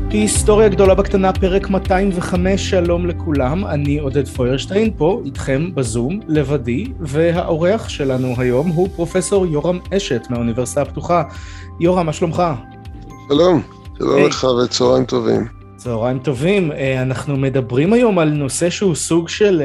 היסטוריה גדולה בקטנה, פרק 205, שלום לכולם, אני עודד פוירשטיין, פה איתכם בזום, לבדי, והאורח שלנו היום הוא פרופסור יורם אשת מהאוניברסיטה הפתוחה. יורם, מה שלומך? שלום, שלום לך וצהריים טובים. צהריים טובים, אנחנו מדברים היום על נושא שהוא סוג של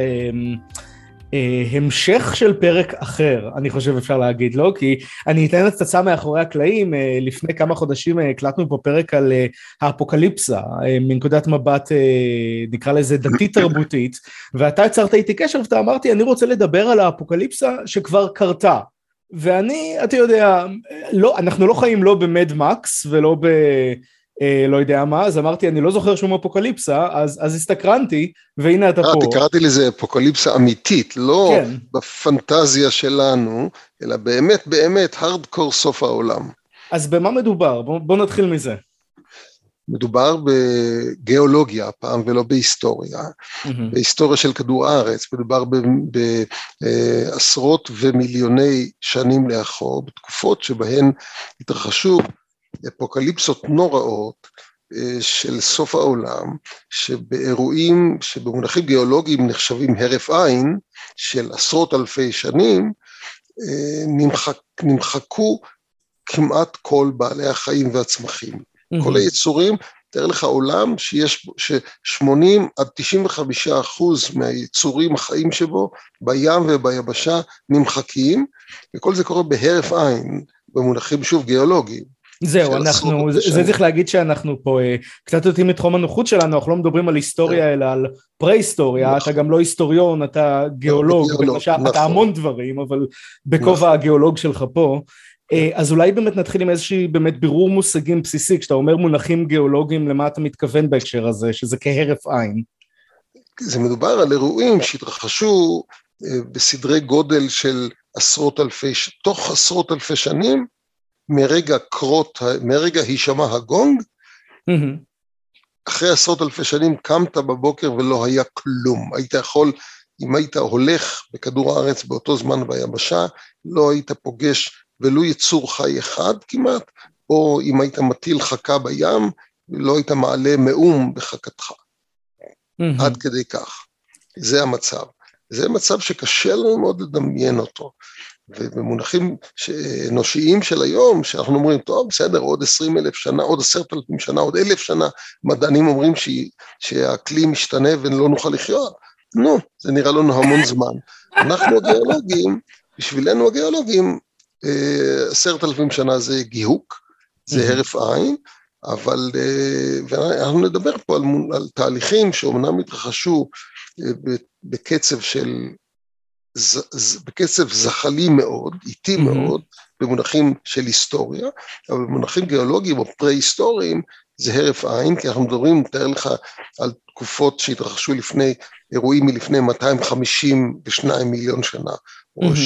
המשך של פרק אחר, אני חושב אפשר להגיד, לא? כי אני אתן הצצה מאחורי הקלעים, לפני כמה חודשים הקלטנו פה פרק על האפוקליפסה, מנקודת מבט, נקרא לזה דתית תרבותית, ואתה יצרת איתי קשר ואתה אמרתי, אני רוצה לדבר על האפוקליפסה שכבר קרתה, ואני, אתה יודע, לא, אנחנו לא חיים לא במד מקס ולא לא יודע מה, אז אמרתי, אני לא זוכר שום אפוקליפסה, אז הסתקרנתי, והנה אתה פה. קראתי לזה אפוקליפסה אמיתית, לא בפנטזיה שלנו, אלא באמת, באמת, הרדקור סוף העולם. אז במה מדובר? בוא נתחיל מזה. מדובר בגיאולוגיה פעם ולא בהיסטוריה, בהיסטוריה של כדור הארץ, מדובר בעשרות ומיליוני שנים לאחור, בתקופות שבהן התרחשו אפוקליפסות נוראות של סוף העולם, שבאירועים שבמונחים גיאולוגיים נחשבים הרף עין, של עשרות אלפי שנים, נמחקו כמעט כל בעלי החיים והצמחים. כל היצורים, תאר לך עולם שיש 80 עד 95% מהיצורים החיים שבו, בים וביבשה נמחקים, וכל זה קורה בהרף עין, במונחים שוב גיאולוגיים. זהו, זה צריך להגיד שאנחנו פה קצת יודעים את תחום הנוחות שלנו, אנחנו לא מדברים על היסטוריה אלא על פרה-היסטוריה, אתה גם לא היסטוריון, אתה גיאולוג, אתה המון דברים, אבל בכובע הגיאולוג שלך פה, אז אולי באמת נתחיל עם איזושהי באמת בירור מושגים בסיסי, כשאתה אומר מונחים גיאולוגיים, למה אתה מתכוון בהקשר הזה, שזה כהרף עין? זה מדובר על אירועים שהתרחשו בסדרי גודל של תוך עשרות אלפי שנים, מרגע הישמע הגונג, אחרי עשרות אלפי שנים קמת בבוקר ולא היה כלום. היית יכול, אם היית הולך בכדור הארץ באותו זמן ביבשה, לא היית פוגש ולו יצור חי אחד כמעט, או אם היית מטיל חכה בים, לא היית מעלה מאום בחכתך. עד כדי כך. זה המצב. זה מצב שקשה לנו מאוד לדמיין אותו. ובמונחים אנושיים של היום, שאנחנו אומרים, טוב, בסדר, עוד 20,000 שנה, עוד 10,000 שנה, עוד 1,000 שנה, מדענים אומרים שהאקלים משתנה ולא נוכל לחיות. נו, זה נראה לנו המון זמן. אנחנו הגיאולוגים, בשבילנו הגיאולוגים, 10,000 שנה זה גיהוק, זה הרף עין, אבל אנחנו נדבר פה על תהליכים שאומנם התרחשו בקצב זחלי מאוד, איטי מאוד, במונחים של היסטוריה, אבל במונחים גיאולוגיים או פרה-היסטוריים, זה הרף עין, כי אנחנו מדברים, תאר לך, על תקופות שהתרחשו אירועים מלפני 252 מיליון שנה, או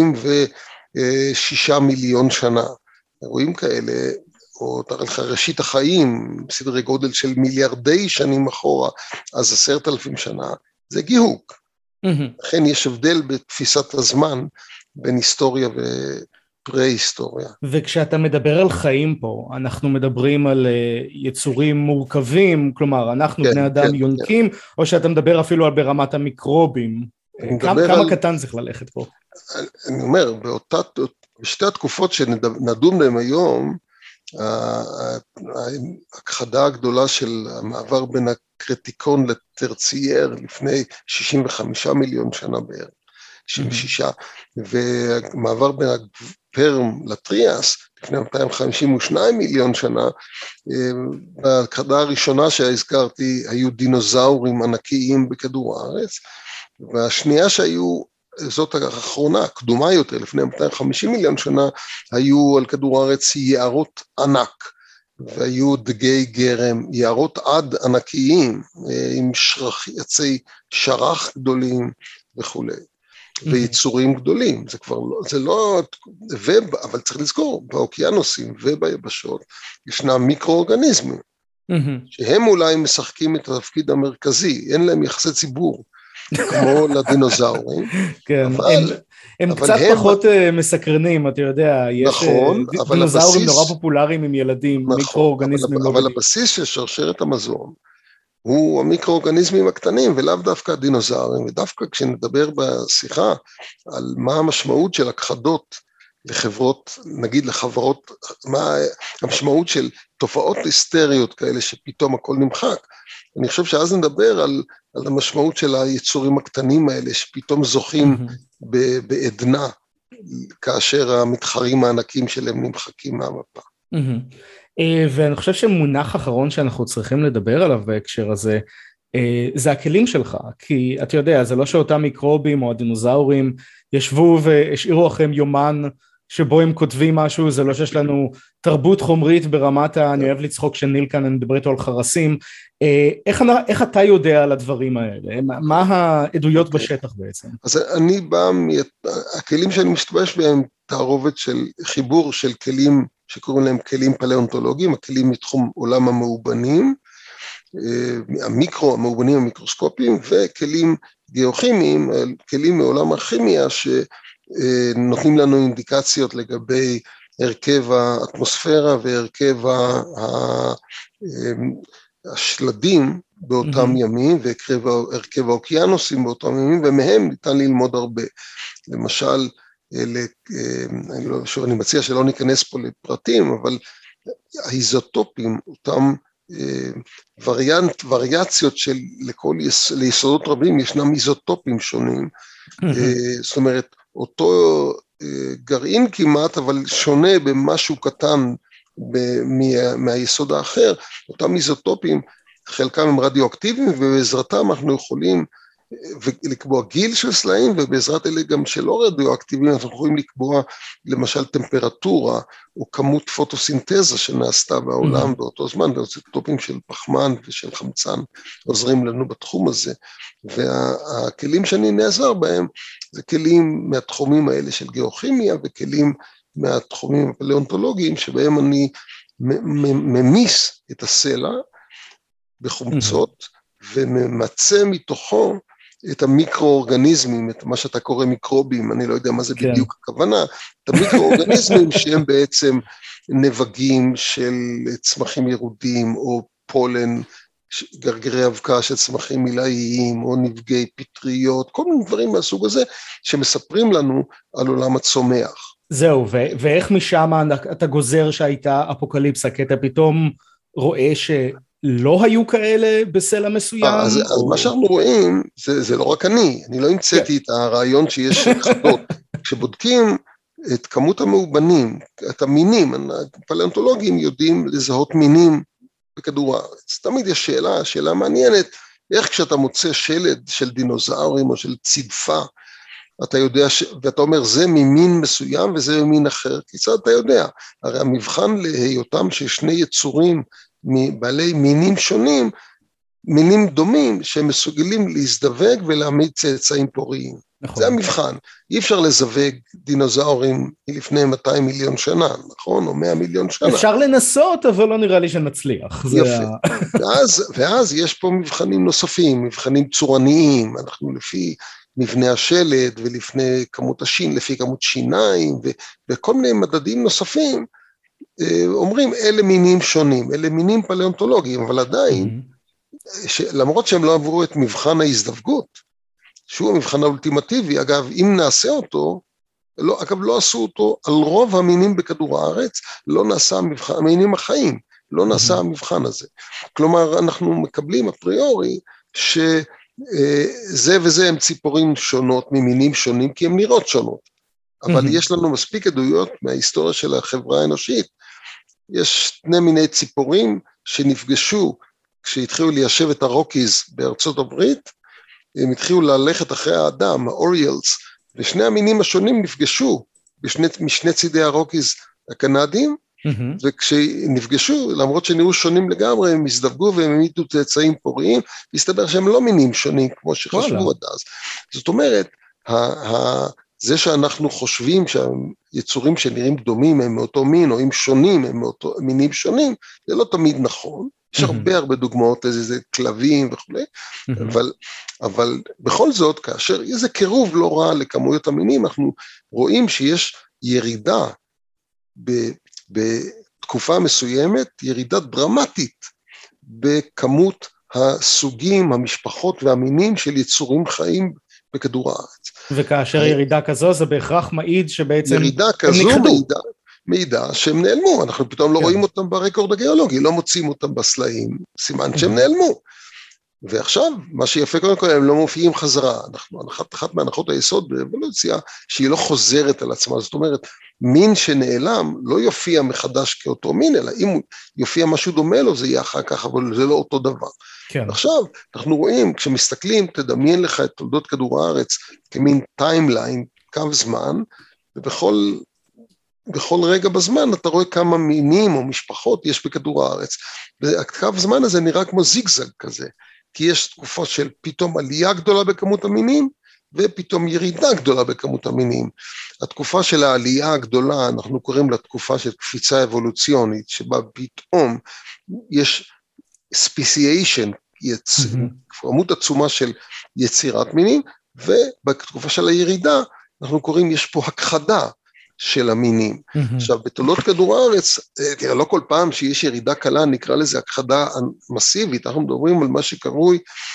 66 מיליון שנה, אירועים כאלה, או תאר לך ראשית החיים, בסדרי גודל של מיליארדי שנים אחורה, אז 10,000 שנה, זה גיהוק. לכן יש הבדל בתפיסת הזמן בין היסטוריה ופרה-היסטוריה. וכשאתה מדבר על חיים פה, אנחנו מדברים על יצורים מורכבים, כלומר, אנחנו בני אדם יונקים, או שאתה מדבר אפילו על ברמת המיקרובים? כמה קטן צריך ללכת פה? אני אומר, בשתי התקופות שנדון בהם היום, ההכחדה הגדולה של המעבר בין הקרטיקון לטרצייר לפני 65 מיליון שנה בערך, 66, ומעבר בין הפרם לטריאס לפני 252 מיליון שנה, בהכחדה הראשונה שהזכרתי היו דינוזאורים ענקיים בכדור הארץ, והשנייה שהיו, זאת האחרונה, קדומה יותר, לפני 250 מיליון שנה, היו על כדור הארץ יערות ענק, והיו דגי גרם, יערות עד ענקיים, עם עצי שרח גדולים וכו'. ויצורים גדולים, זה כבר לא, זה לא, אבל צריך לזכור, באוקיינוסים וביבשות, ישנם מיקרואורגניזמים, שהם אולי משחקים את התפקיד המרכזי, אין להם יחסי ציבור, כמו לדינוזאורים, כן, הם קצת פחות מסקרנים, אתה יודע, יש דינוזאורים נורא פופולריים עם ילדים, מיקרואורגניזמים לא גדולים. אבל הבסיס של שרשרת המזון, הוא המיקרואורגניזמים הקטנים, ולאו דווקא הדינוזאורים, ודווקא כשנדבר בשיחה על מה המשמעות של הכחדות לחברות, נגיד לחברות, מה המשמעות של תופעות היסטריות כאלה שפתאום הכל נמחק, אני חושב שאז נדבר על המשמעות של היצורים הקטנים האלה, שפתאום זוכים בעדנה, כאשר המתחרים הענקים שלהם נמחקים מהמפה. ואני חושב שמונח אחרון שאנחנו צריכים לדבר עליו בהקשר הזה, זה הכלים שלך, כי אתה יודע, זה לא שאותם מיקרובים או הדינוזאורים ישבו והשאירו אחריהם יומן שבו הם כותבים משהו, זה לא שיש לנו תרבות חומרית ברמת, אני אוהב לצחוק שניל כאן, אני מדבר איתו על חרסים, איך אתה יודע על הדברים האלה? מה העדויות בשטח בעצם? אז אני בא, הכלים שאני משתמש בהם, תערובת של חיבור של כלים, שקוראים להם כלים פלאונטולוגיים, הכלים מתחום עולם המאובנים, המאובנים המיקרוסקופיים, וכלים גיאוכימיים, כלים מעולם הכימיה, שנותנים לנו אינדיקציות לגבי הרכב האטמוספירה והרכב השלדים באותם ימים, והרכב האוקיינוסים באותם ימים, ומהם ניתן ללמוד הרבה. למשל, אני מציע שלא ניכנס פה לפרטים, אבל האיזוטופים, אותם וריאציות של ליסודות רבים, ישנם איזוטופים שונים, זאת אומרת, אותו גרעין כמעט, אבל שונה במשהו קטן מהיסוד האחר, אותם איזוטופים, חלקם הם רדיואקטיביים, ובעזרתם אנחנו יכולים לקבוע גיל של סלעים, ובעזרת אלה גם שלא רדיואקטיביים, אנחנו יכולים לקבוע למשל טמפרטורה, או כמות פוטוסינתזה שנעשתה בעולם באותו זמן, ואיזוטופים של פחמן ושל חמצן עוזרים לנו בתחום הזה, והכלים שאני נעזר בהם, זה כלים מהתחומים האלה של גיאוכימיה, וכלים מהתחומים הפלאונטולוגיים, שבהם אני ממיס את הסלע בחומצות, וממצא מתוכו את המיקרואורגניזמים, את מה שאתה קורא מיקרובים, אני לא יודע מה זה בדיוק הכוונה, את המיקרואורגניזמים שהם בעצם נבגים של צמחים ירודים, או פולן, גרגרי אבקה של צמחים מילאיים, או נבגי פטריות, כל מיני דברים מהסוג הזה, שמספרים לנו על עולם הצומח. זהו, ואיך משם אתה גוזר שהייתה אפוקליפסה, כי אתה פתאום רואה שלא היו כאלה בסלע מסוים? אז מה שאנחנו רואים, זה לא רק אני לא המצאתי את הרעיון שיש חדות, כשבודקים את כמות המאובנים, את המינים, הפלאונטולוגים יודעים לזהות מינים בכדור הארץ, תמיד יש שאלה מעניינת, איך כשאתה מוצא שלד של דינוזאורים או של צדפה, אתה יודע, ואתה אומר, זה ממין מסוים וזה ממין אחר, כיצד אתה יודע? הרי המבחן להיותם של שני יצורים מבעלי מינים שונים, מינים דומים שהם מסוגלים להזדווג ולהעמיד צאצאים פוריים. נכון. זה המבחן. אי אפשר לזווג דינוזאורים לפני 200 מיליון שנה, נכון? או 100 מיליון שנה. אפשר לנסות, אבל לא נראה לי שנצליח. יפה. ואז יש פה מבחנים נוספים, מבחנים צורניים, אנחנו לפי מבנה השלד ולפני לפי כמות שיניים וכל מיני מדדים נוספים, אומרים אלה מינים שונים, אלה מינים פלאונטולוגיים, אבל עדיין, למרות שהם לא עברו את מבחן ההזדווגות, שהוא המבחן האולטימטיבי, אגב, אם נעשה אותו, לא עשו אותו על רוב המינים בכדור הארץ, לא נעשה המבחן, המינים החיים, לא נעשה המבחן הזה. כלומר, אנחנו מקבלים אפריורי שזה וזה הם ציפורים שונות ממינים שונים, כי הם נראות שונות. אבל יש לנו מספיק עדויות מההיסטוריה של החברה האנושית, יש שני מיני ציפורים שנפגשו כשהתחילו ליישב את הרוקיז בארצות הברית, הם התחילו ללכת אחרי האדם, האוריאלס, ושני המינים השונים נפגשו משני צידי הרוקיז הקנדיים, וכשנפגשו, למרות שנראו שונים לגמרי, הם הזדווגו והם העמידו צאצאים פוריים, והסתבר שהם לא מינים שונים כמו שחשבו עד אז. זאת אומרת, זה שאנחנו חושבים שהיצורים שנראים דומים הם מאותו מין, או אם שונים הם מאותו מינים שונים, זה לא תמיד נכון, יש הרבה דוגמאות לזה, זה כלבים וכו', אבל בכל זאת, כאשר איזה קירוב לא רע לכמויות המינים, אנחנו רואים שיש ירידה בתקופה מסוימת, ירידה דרמטית בכמות הסוגים, המשפחות והמינים של יצורים חיים בכדור הארץ. וכאשר ירידה כזו, זה בהכרח מעיד שבעצם ירידה כזו מעידה שהם נעלמו, אנחנו פתאום לא רואים אותם ברקורד הגיאולוגי, לא מוצאים אותם בסלעים, סימן שהם נעלמו. ועכשיו, מה שיפה קודם כל, הם לא מופיעים חזרה, אחת מהנחות היסוד באבולוציה, שהיא לא חוזרת על עצמה, זאת אומרת, מין שנעלם לא יופיע מחדש כאותו מין, אלא אם יופיע משהו דומה לו, זה יהיה אחר כך, אבל זה לא אותו דבר. כן. עכשיו, אנחנו רואים, כשמסתכלים, תדמיין לך את תולדות כדור הארץ, כמין טיימליין, קו זמן, ובכל רגע בזמן אתה רואה כמה מינים או משפחות יש בכדור הארץ, והקו זמן הזה נראה כמו זיגזג כזה, כי יש תקופות של פתאום עלייה גדולה בכמות המינים, ופתאום ירידה גדולה בכמות המינים. התקופה של העלייה הגדולה, אנחנו קוראים לה תקופה של קפיצה אבולוציונית, שבה פתאום יש ספייסיאשן, כמות עצומה של יצירת מינים, ובתקופה של הירידה, אנחנו קוראים, יש פה הכחדה של המינים. עכשיו, בתולדות כדור הארץ, תראה, לא כל פעם שיש ירידה קלה, נקרא לזה הכחדה מסיבית, אנחנו מדברים על מה שקרוי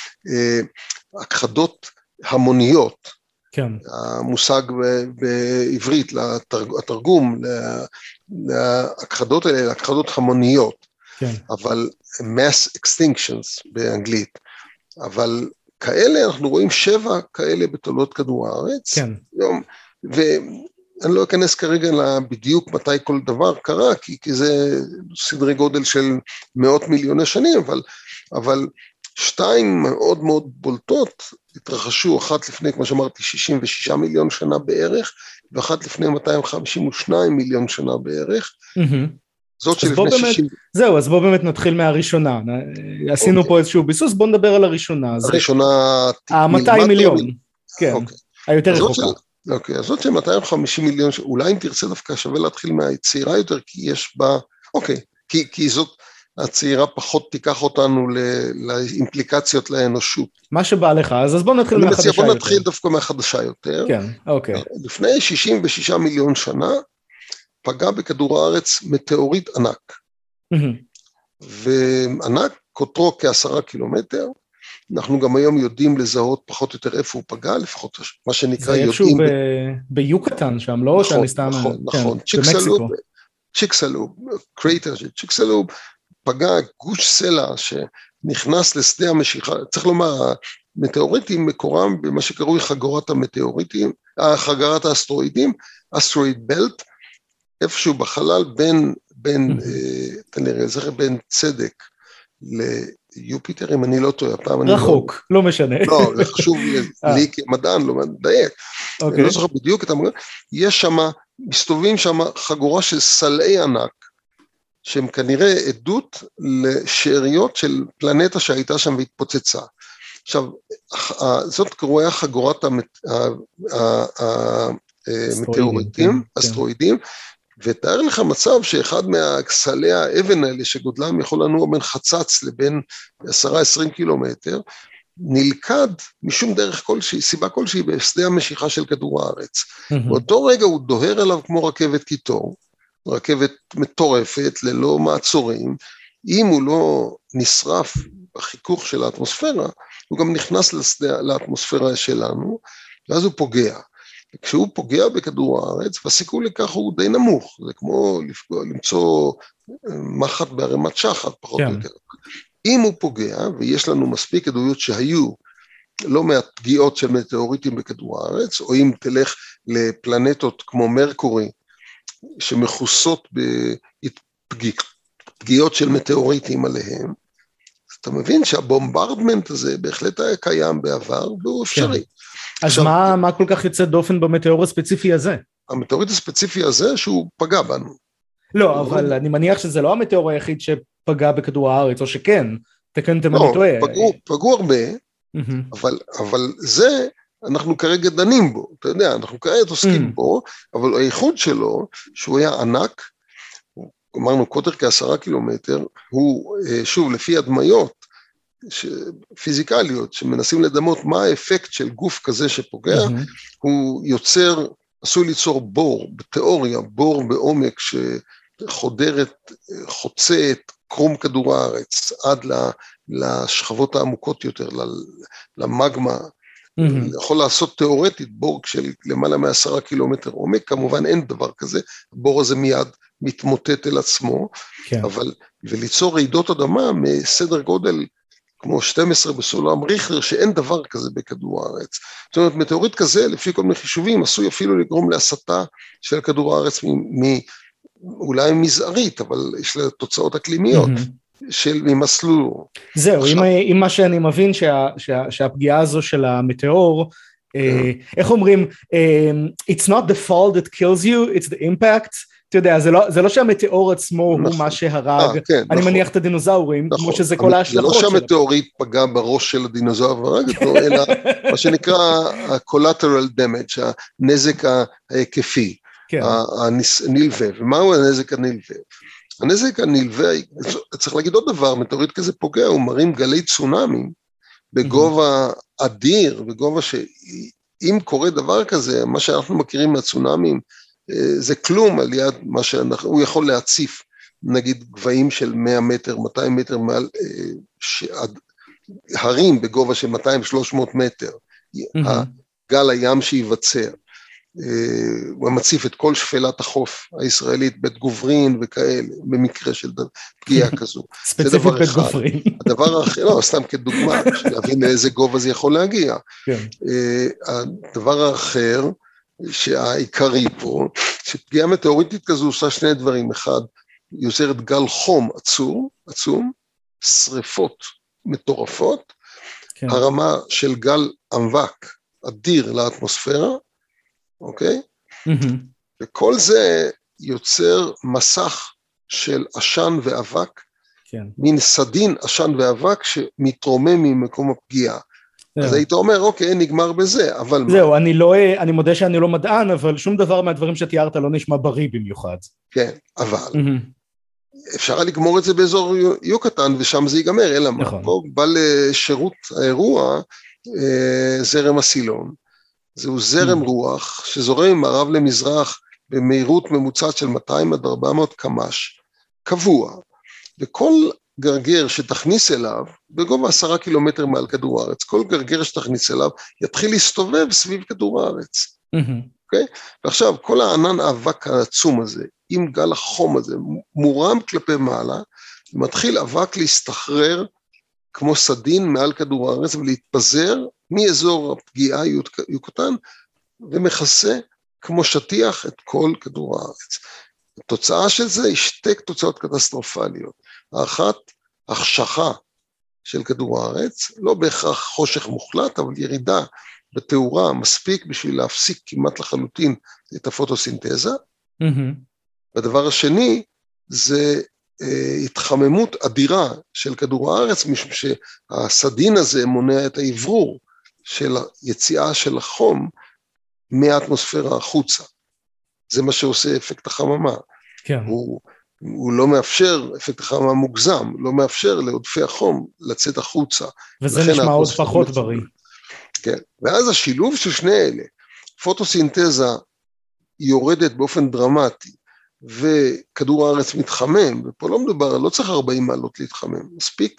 הכחדות המוניות, כן. המושג בעברית, התרגום להכחדות האלה, להכחדות המוניות, כן. אבל mass extinctions באנגלית, אבל כאלה, אנחנו רואים 7 כאלה בתולדות כדור הארץ, כן. ואני לא אכנס כרגע בדיוק מתי כל דבר קרה, כי זה סדרי גודל של מאות מיליוני שנים, אבל 2 מאוד מאוד בולטות, התרחשו אחת לפני, כמו שאמרתי, 66 מיליון שנה בערך, ואחת לפני 252 מיליון שנה בערך, זאת שלפני 60... זהו, אז בואו באמת נתחיל מהראשונה, עשינו פה איזשהו ביסוס, בואו נדבר על הראשונה. הראשונה... 200 מיליון, כן, היותר רחוקה. אוקיי, אז זאת של 250 מיליון, אולי אם תרצה דווקא שווה להתחיל מהצעירה יותר, כי יש בה, אוקיי, כי זאת... הצעירה פחות תיקח אותנו לאימפליקציות לאנושות. מה שבא לך, אז בוא נתחיל מהחדשה יותר. בוא נתחיל דווקא מהחדשה יותר. כן, אוקיי. לפני 66 מיליון שנה, פגע בכדור הארץ מטאוריט ענק. וענק, קוטרו כ10 קילומטר, אנחנו גם היום יודעים לזהות פחות או יותר איפה הוא פגע, לפחות מה שנקרא יודעים... זה איפשהו ביוקטן שם, לא? נכון, צ'יקסלוב, קרייטר של צ'יקסלוב, פגע גוש סלע שנכנס לשדה המשיכה, צריך לומר, המטאוריטים מקורם במה שקרוי חגורת המטאוריטים, חגורת האסטרואידים, אסטרואיד בלט, איפשהו בחלל בין צדק ליופיטר, אם אני לא טועה, הפעם אני רחוק, לא משנה. לא, זה חשוב לי כמדען, לא מדייק. אני לא זוכר בדיוק את המגע, יש שם, מסתובבים שם חגורה של סלעי ענק, שהם כנראה עדות לשאריות של פלנטה שהייתה שם והתפוצצה. עכשיו, זאת קרויה חגורת המטאוריטים, אסטרואידים, ותאר לך מצב שאחד מהסלעי האבן האלה שגודלם יכול לנוע בין חצץ לבין 10-20 קילומטר, נלכד משום דרך כלשהי, סיבה כלשהי בשדה המשיכה של כדור הארץ. באותו רגע הוא דוהר אליו כמו רכבת קיטור, רכבת מטורפת ללא מעצורים, אם הוא לא נשרף בחיכוך של האטמוספירה, הוא גם נכנס לאטמוספירה שלנו, ואז הוא פוגע. כשהוא פוגע בכדור הארץ, והסיכוי לכך הוא די נמוך, זה כמו למצוא מחט בערימת שחת, פחות או יותר. אם הוא פוגע, ויש לנו מספיק עדויות שהיו לא מעט פגיעות של מטאוריטים בכדור הארץ, או אם תלך לפלנטות כמו מרקורי, שמחוסות בפגיעות של מטאוריטים עליהם, אתה מבין שהבומברדמנט הזה בהחלט היה קיים בעבר, והוא אפשרי. אז מה כל כך יוצא דופן במטאור הספציפי הזה? המטאוריט הספציפי הזה שהוא פגע בנו. לא, אבל אני מניח שזה לא המטאור היחיד שפגע בכדור הארץ, או שכן, תקנתם אני טועה. לא, פגעו הרבה, אבל זה אנחנו כרגע דנים בו, אתה יודע, אנחנו כרגע עוסקים בו, אבל הייחוד שלו, שהוא היה ענק, אמרנו קוטר כ10 קילומטר, הוא שוב לפי הדמיות פיזיקליות, שמנסים לדמות מה האפקט של גוף כזה שפוגע, הוא יוצר, עשוי ליצור בור, בתיאוריה, בור בעומק שחודרת, חוצה את קרום כדור הארץ, עד לשכבות העמוקות יותר, למגמה, יכול לעשות תיאורטית בור של למעלה מ10 קילומטר עומק, כמובן אין דבר כזה, הבור הזה מיד מתמוטט אל עצמו, כן. אבל, וליצור רעידות אדמה מסדר גודל כמו 12 בסולם ריכטר, שאין דבר כזה בכדור הארץ. זאת אומרת, מטאוריט כזה, לפי כל מיני חישובים, עשוי אפילו לגרום להסתה של כדור הארץ, אולי מזערית, אבל יש לה תוצאות אקלימיות, של ממסלולו. זהו, עם מה שאני מבין שהפגיעה הזו של המטאור, איך אומרים, it's not the fall that kills you, it's the impact, אתה יודע, זה לא שהמטאור עצמו הוא מה שהרג, אני מניח את הדינוזאורים, כמו שזה כל ההשלכות שלו. זה לא שהמטאורית פגע בראש של הדינוזאור והרג אותו, אלא מה שנקרא ה-collateral damage, הנזק ההיקפי, הנלווה. ומהו הנזק הנלווה? הנזק הנלווה, צריך להגיד עוד דבר, מטאוריט כזה פוגע, הוא מרים גלי צונאמים בגובה אדיר, בגובה שאם קורה דבר כזה, מה שאנחנו מכירים מהצונאמים, זה כלום על יד מה הוא יכול להציף, נגיד גבהים של 100 מטר, 200 מטר מעל הרים בגובה של 200-300 מטר, הגל הים שיווצר, הוא מציף את כל שפלת החוף הישראלית, בית גוברין וכאלה, במקרה של פגיעה כזו. ספציפית בית גוברין. הדבר האחר, לא, סתם כדוגמה, להבין לאיזה גובה זה יכול להגיע. הדבר האחר, שהעיקרי פה, שפגיעה מטאוריטית כזו עושה שני דברים, אחד, היא יוצרת גל חום עצום, שריפות מטורפות, הרמה של גל אבק אדיר לאטמוספירה, אוקיי? וכל זה יוצר מסך של עשן ואבק, מין סדין עשן ואבק שמתרומם ממקום הפגיעה. אז היית אומר, אוקיי, נגמר בזה, אבל זהו, אני מודה שאני לא מדען, אבל שום דבר מהדברים שתיארת לא נשמע בריא במיוחד. כן, אבל אפשר לגמור את זה באזור יוקטן, ושם זה ייגמר, אלא מה? פה בא לשירות האירוע זרם הסילון, זהו זרם רוח שזורם ממערב למזרח במהירות ממוצעת של 200 עד 400 קמ"ש, קבוע, וכל גרגר שתכניס אליו, בגובה 10 קילומטר מעל כדור הארץ, כל גרגר שתכניס אליו יתחיל להסתובב סביב כדור הארץ. אוקיי? ועכשיו, כל הענן האבק העצום הזה, עם גל החום הזה, מורם כלפי מעלה, מתחיל אבק להסתחרר כמו סדין מעל כדור הארץ, ולהתפזר מאזור הפגיעה יוקטן, ומכסה כמו שטיח את כל כדור הארץ. התוצאה של זה היא שתי תוצאות קטסטרופליות. האחת, החשכה של כדור הארץ, לא בהכרח חושך מוחלט, אבל ירידה בתאורה מספיק בשביל להפסיק כמעט לחלוטין את הפוטוסינתזה. והדבר השני, זה התחממות אדירה של כדור הארץ, משום שהסדין הזה מונע את העברור של היציאה של החום מהאטמוספירה החוצה. זה מה שעושה אפקט החממה. כן. הוא לא מאפשר, אפקט החממה מוגזם, לא מאפשר לעודפי החום לצאת החוצה. וזה נשמע עוד פחות בריא. כן, ואז השילוב של שני אלה, פוטוסינתזה יורדת באופן דרמטי, וכדור הארץ מתחמם, ופה לא מדובר, לא צריך 40 מעלות להתחמם, מספיק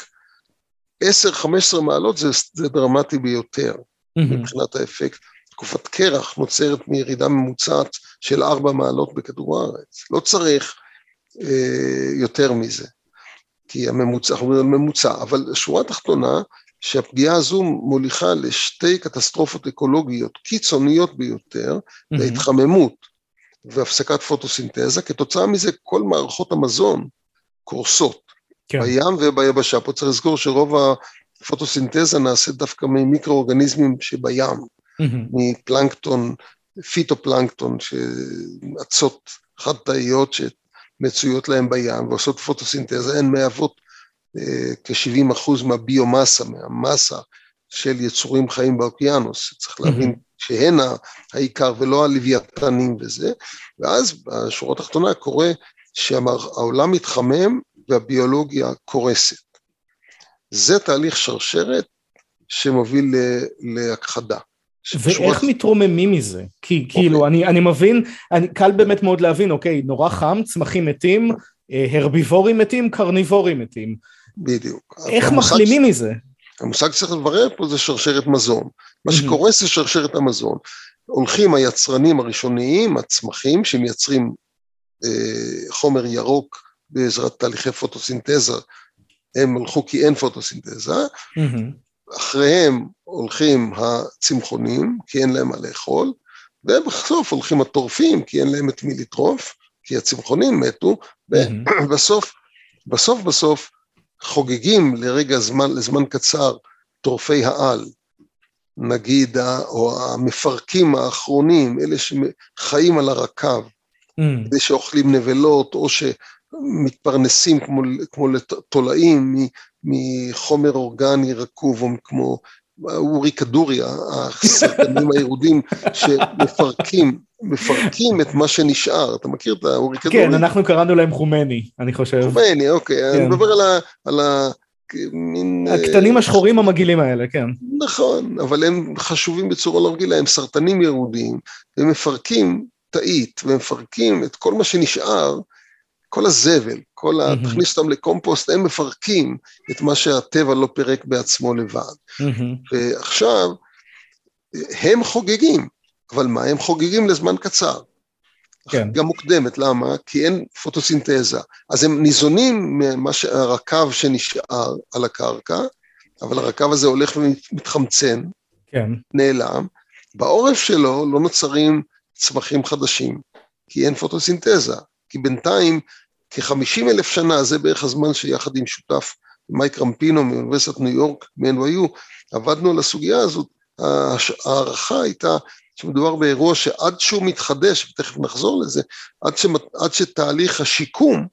10-15 מעלות זה דרמטי ביותר, מבחינת האפקט. תקופת קרח נוצרת מירידה ממוצעת של 4 מעלות בכדור הארץ, לא צריך יותר מזה, כי הממוצע, אבל השורה התחתונה, שהפגיעה הזו מוליכה לשתי קטסטרופות אקולוגיות קיצוניות ביותר, להתחממות והפסקת פוטוסינתזה, כתוצאה מזה כל מערכות המזון קורסות, בים וביבשה. פה צריך לזכור שרוב הפוטוסינתזה נעשית דווקא ממיקרואורגניזמים שבים, מפלנקטון, פיטופלנקטון, שעצות חד-תאיות שמצויות להם בים, ועושות פוטוסינתזה, הן מהוות כ-70% מהביומסה, מהמסה של יצורים חיים באוקיינוס, צריך להבין שהן העיקר ולא הלוויתנים וזה, ואז בשורות התחתונה קורה שהעולם מתחמם והביולוגיה קורסת. זה תהליך שרשרת שמוביל להכחדה. ואיך מתרוממים מזה? כי כאילו, אני מבין, קל באמת מאוד להבין, אוקיי, נורא חם, צמחים מתים, הרביבורים מתים, קרניבורים מתים. בדיוק. איך מחלימים מזה? המושג שצריך לברר פה זה שרשרת מזון. מה שקורס זה שרשרת המזון. הולכים היצרנים הראשוניים, הצמחים, שמייצרים חומר ירוק בעזרת תהליכי פוטוסינתזה, הם הלכו כי אין פוטוסינתזה, אחריהם הולכים הצמחונים, כי אין להם מה לאכול, ובסוף הולכים הטורפים, כי אין להם את מי לטרוף, כי הצמחונים מתו, ובסוף חוגגים לזמן קצר טורפי העל, נגיד, או המפרקים האחרונים, אלה שחיים על הרקב, כדי שאוכלים נבלות, או שמתפרנסים כמו תולעים מחומר אורגני רקוב, או כמו אורי כדורי, הסרטנים הירודים שמפרקים את מה שנשאר. אתה מכיר את האורי כדורי? כן, אנחנו קראנו להם חומני, אני חושב. חומני, אוקיי, אני מדבר על הקטנים השחורים המגעילים האלה, כן. נכון, אבל הם חשובים בצורה לא רגילה, הם סרטנים ירודים, הם מפרקים תאית, והם מפרקים את כל מה שנשאר, כל הזבל, תכניס אותם לקומפוסט, הם מפרקים את מה שהטבע לא פירק בעצמו לבד. ועכשיו, הם חוגגים, אבל מה? הם חוגגים לזמן קצר. כן. גם מוקדמת, למה? כי אין פוטוסינתזה. אז הם ניזונים מהרקב שנשאר על הקרקע, אבל הרקב הזה הולך ומתחמצן, כן. נעלם. בעורף שלו לא נוצרים צמחים חדשים, כי אין פוטוסינתזה. כי בינתיים, כ-50,000 שנה, זה בערך הזמן שיחד עם שותף מייק רמפינו מאוניברסיטת ניו יורק, מ-NYU, עבדנו על הסוגיה הזאת. הערכה הייתה שמדובר באירוע שעד שהוא מתחדש, ותכף נחזור לזה, עד שתהליך השיקום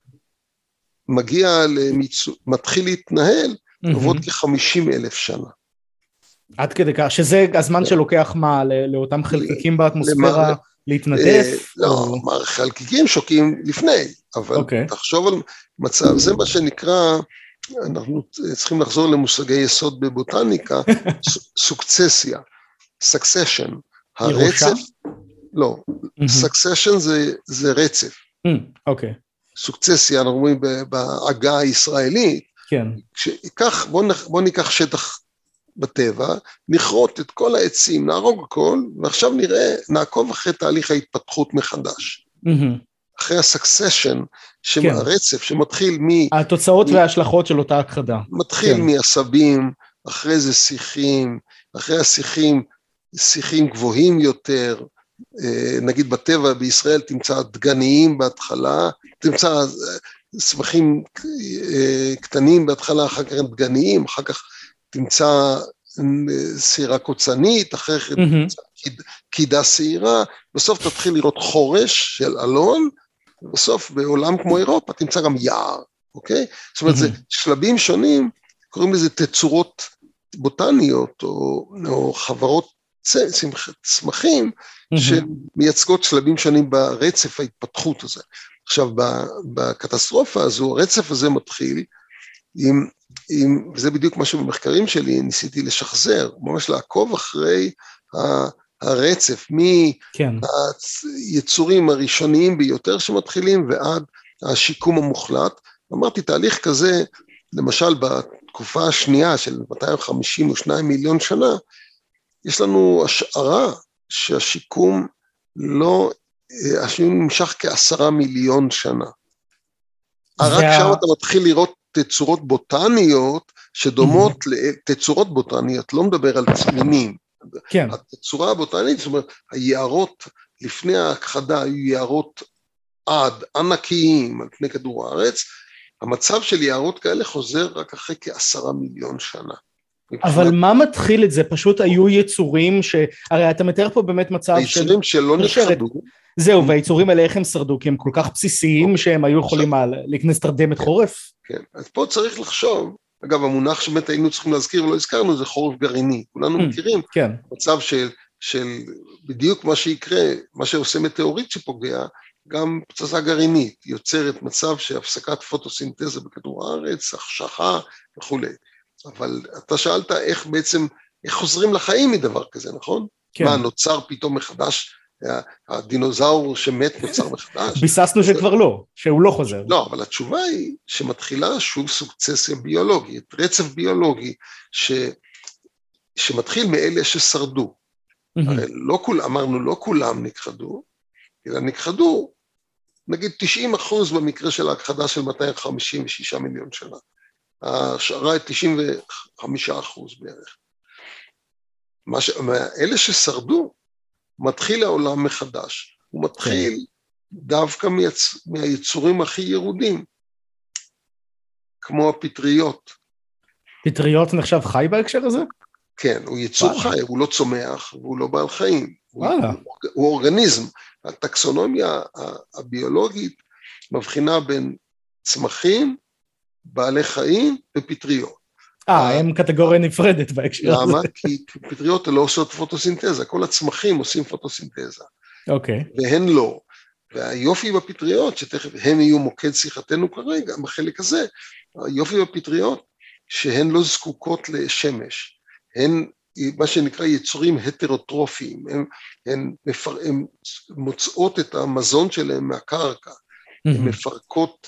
מתחיל להתנהל, עוברות כ-50,000 שנה. עד כדי כך, שזה הזמן שלוקח מה, לאותם חלקיקים באטמוספירה להתנדף? לא, חלקיקים שוקים לפני, אבל תחשוב על מצב, זה מה שנקרא, אנחנו צריכים לחזור למושגי יסוד בבוטניקה, סוקצסיה, succession, הרצף, לא, succession זה רצף. אוקיי. סוקצסיה, אנחנו רואים בעגה הישראלית, כן. בוא ניקח שטח בטבע, נכרות את כל העצים, נהרוג הכל, ועכשיו נעקוב אחרי תהליך ההתפתחות מחדש. אחרי הסקסשן, הרצף שמתחיל התוצאות וההשלכות של אותה הכחדה. מתחיל מעשבים, אחרי זה שיחים, אחרי השיחים, שיחים גבוהים יותר, נגיד בטבע בישראל תמצא דגניים בהתחלה, תמצא צמחים קטנים בהתחלה, אחר כך דגניים, אחר כך תמצא סירה קוצנית, אחרי כן קידה שעירה, בסוף תתחיל לראות חורש של אלון, ובסוף בעולם כמו אירופה תמצא גם יער, אוקיי? זאת אומרת, זה שלבים שונים, קוראים לזה תצורות בוטניות, או חברות צמחים, שמייצגות שלבים שונים ברצף ההתפתחות הזה. עכשיו, בקטסטרופה הזו, הרצף הזה מתחיל וזה בדיוק מה שבמחקרים שלי ניסיתי לשחזר, ממש לעקוב אחרי הרצף, מהיצורים הראשוניים ביותר שמתחילים, ועד השיקום המוחלט. אמרתי, תהליך כזה, למשל בתקופה השנייה של 252 מיליון שנה, יש לנו השערה שהשיקום נמשך כ10 מיליון שנה. רק שם אתה מתחיל לראות תצורות בוטניות שדומות לתצורות בוטניות, לא מדבר על צמינים. כן. התצורה הבוטנית, זאת אומרת, היערות לפני ההכחדה היו יערות עד ענקיים על פני כדור הארץ, המצב של יערות כאלה חוזר רק אחרי כ10 מיליון שנה. אבל מה מתחיל את זה? פשוט היו יצורים הרי אתה מתאר פה באמת מצב היצורים שלא נכחדו. זהו, והיצורים האלה איך הם שרדו? כי הם כל כך בסיסיים שהם היו יכולים להיכנס תרדמת חורף? כן, אז פה צריך לחשוב, אגב המונח שבאמת היינו צריכים להזכיר ולא הזכרנו זה חורף גרעיני, כולנו מכירים מצב של בדיוק מה שיקרה, מה שעושה מטאוריט שפוגע, גם פצצה גרעינית יוצרת מצב שהפסקת פוטוסינתזה בכדור הארץ, החשכה וכו'. אבל אתה שאלת איך בעצם, איך חוזרים לחיים מדבר כזה, נכון? כן. מה, נוצר פתאום מחדש, הדינוזאור שמת נוצר מחדש? ביססנו שכבר לא, שהוא לא חוזר. לא, אבל התשובה היא שמתחילה שוב סוקצסיה ביולוגית, רצף ביולוגי, שמתחיל מאלה ששרדו. הרי אמרנו, לא כולם נכחדו, אלא נכחדו, נגיד 90% במקרה של ההכחדה של 256 מיליון שנה. השערה היא 95% בערך. אלה ששרדו, מתחיל העולם מחדש. הוא מתחיל דווקא מהיצורים הכי ירודים, כמו הפטריות. פטריות נחשב חי בהקשר הזה? כן, הוא יצור חי, הוא לא צומח, והוא לא בעל חיים. הוא אורגניזם. הטקסונומיה הביולוגית מבחינה בין צמחים, בעלי חיים ופטריות. הם קטגוריה נפרדת בהקשר הזה. למה? כי פטריות לא עושות פוטוסינתזה, כל הצמחים עושים פוטוסינתזה. אוקיי. והן לא. והיופי בפטריות, שתכף הם יהיו מוקד שיחתנו כרגע, בחלק הזה, היופי בפטריות, שהן לא זקוקות לשמש. הן מה שנקרא יצורים הטרוטרופיים, הן מוצאות את המזון שלהם מהקרקע, הן מפרקות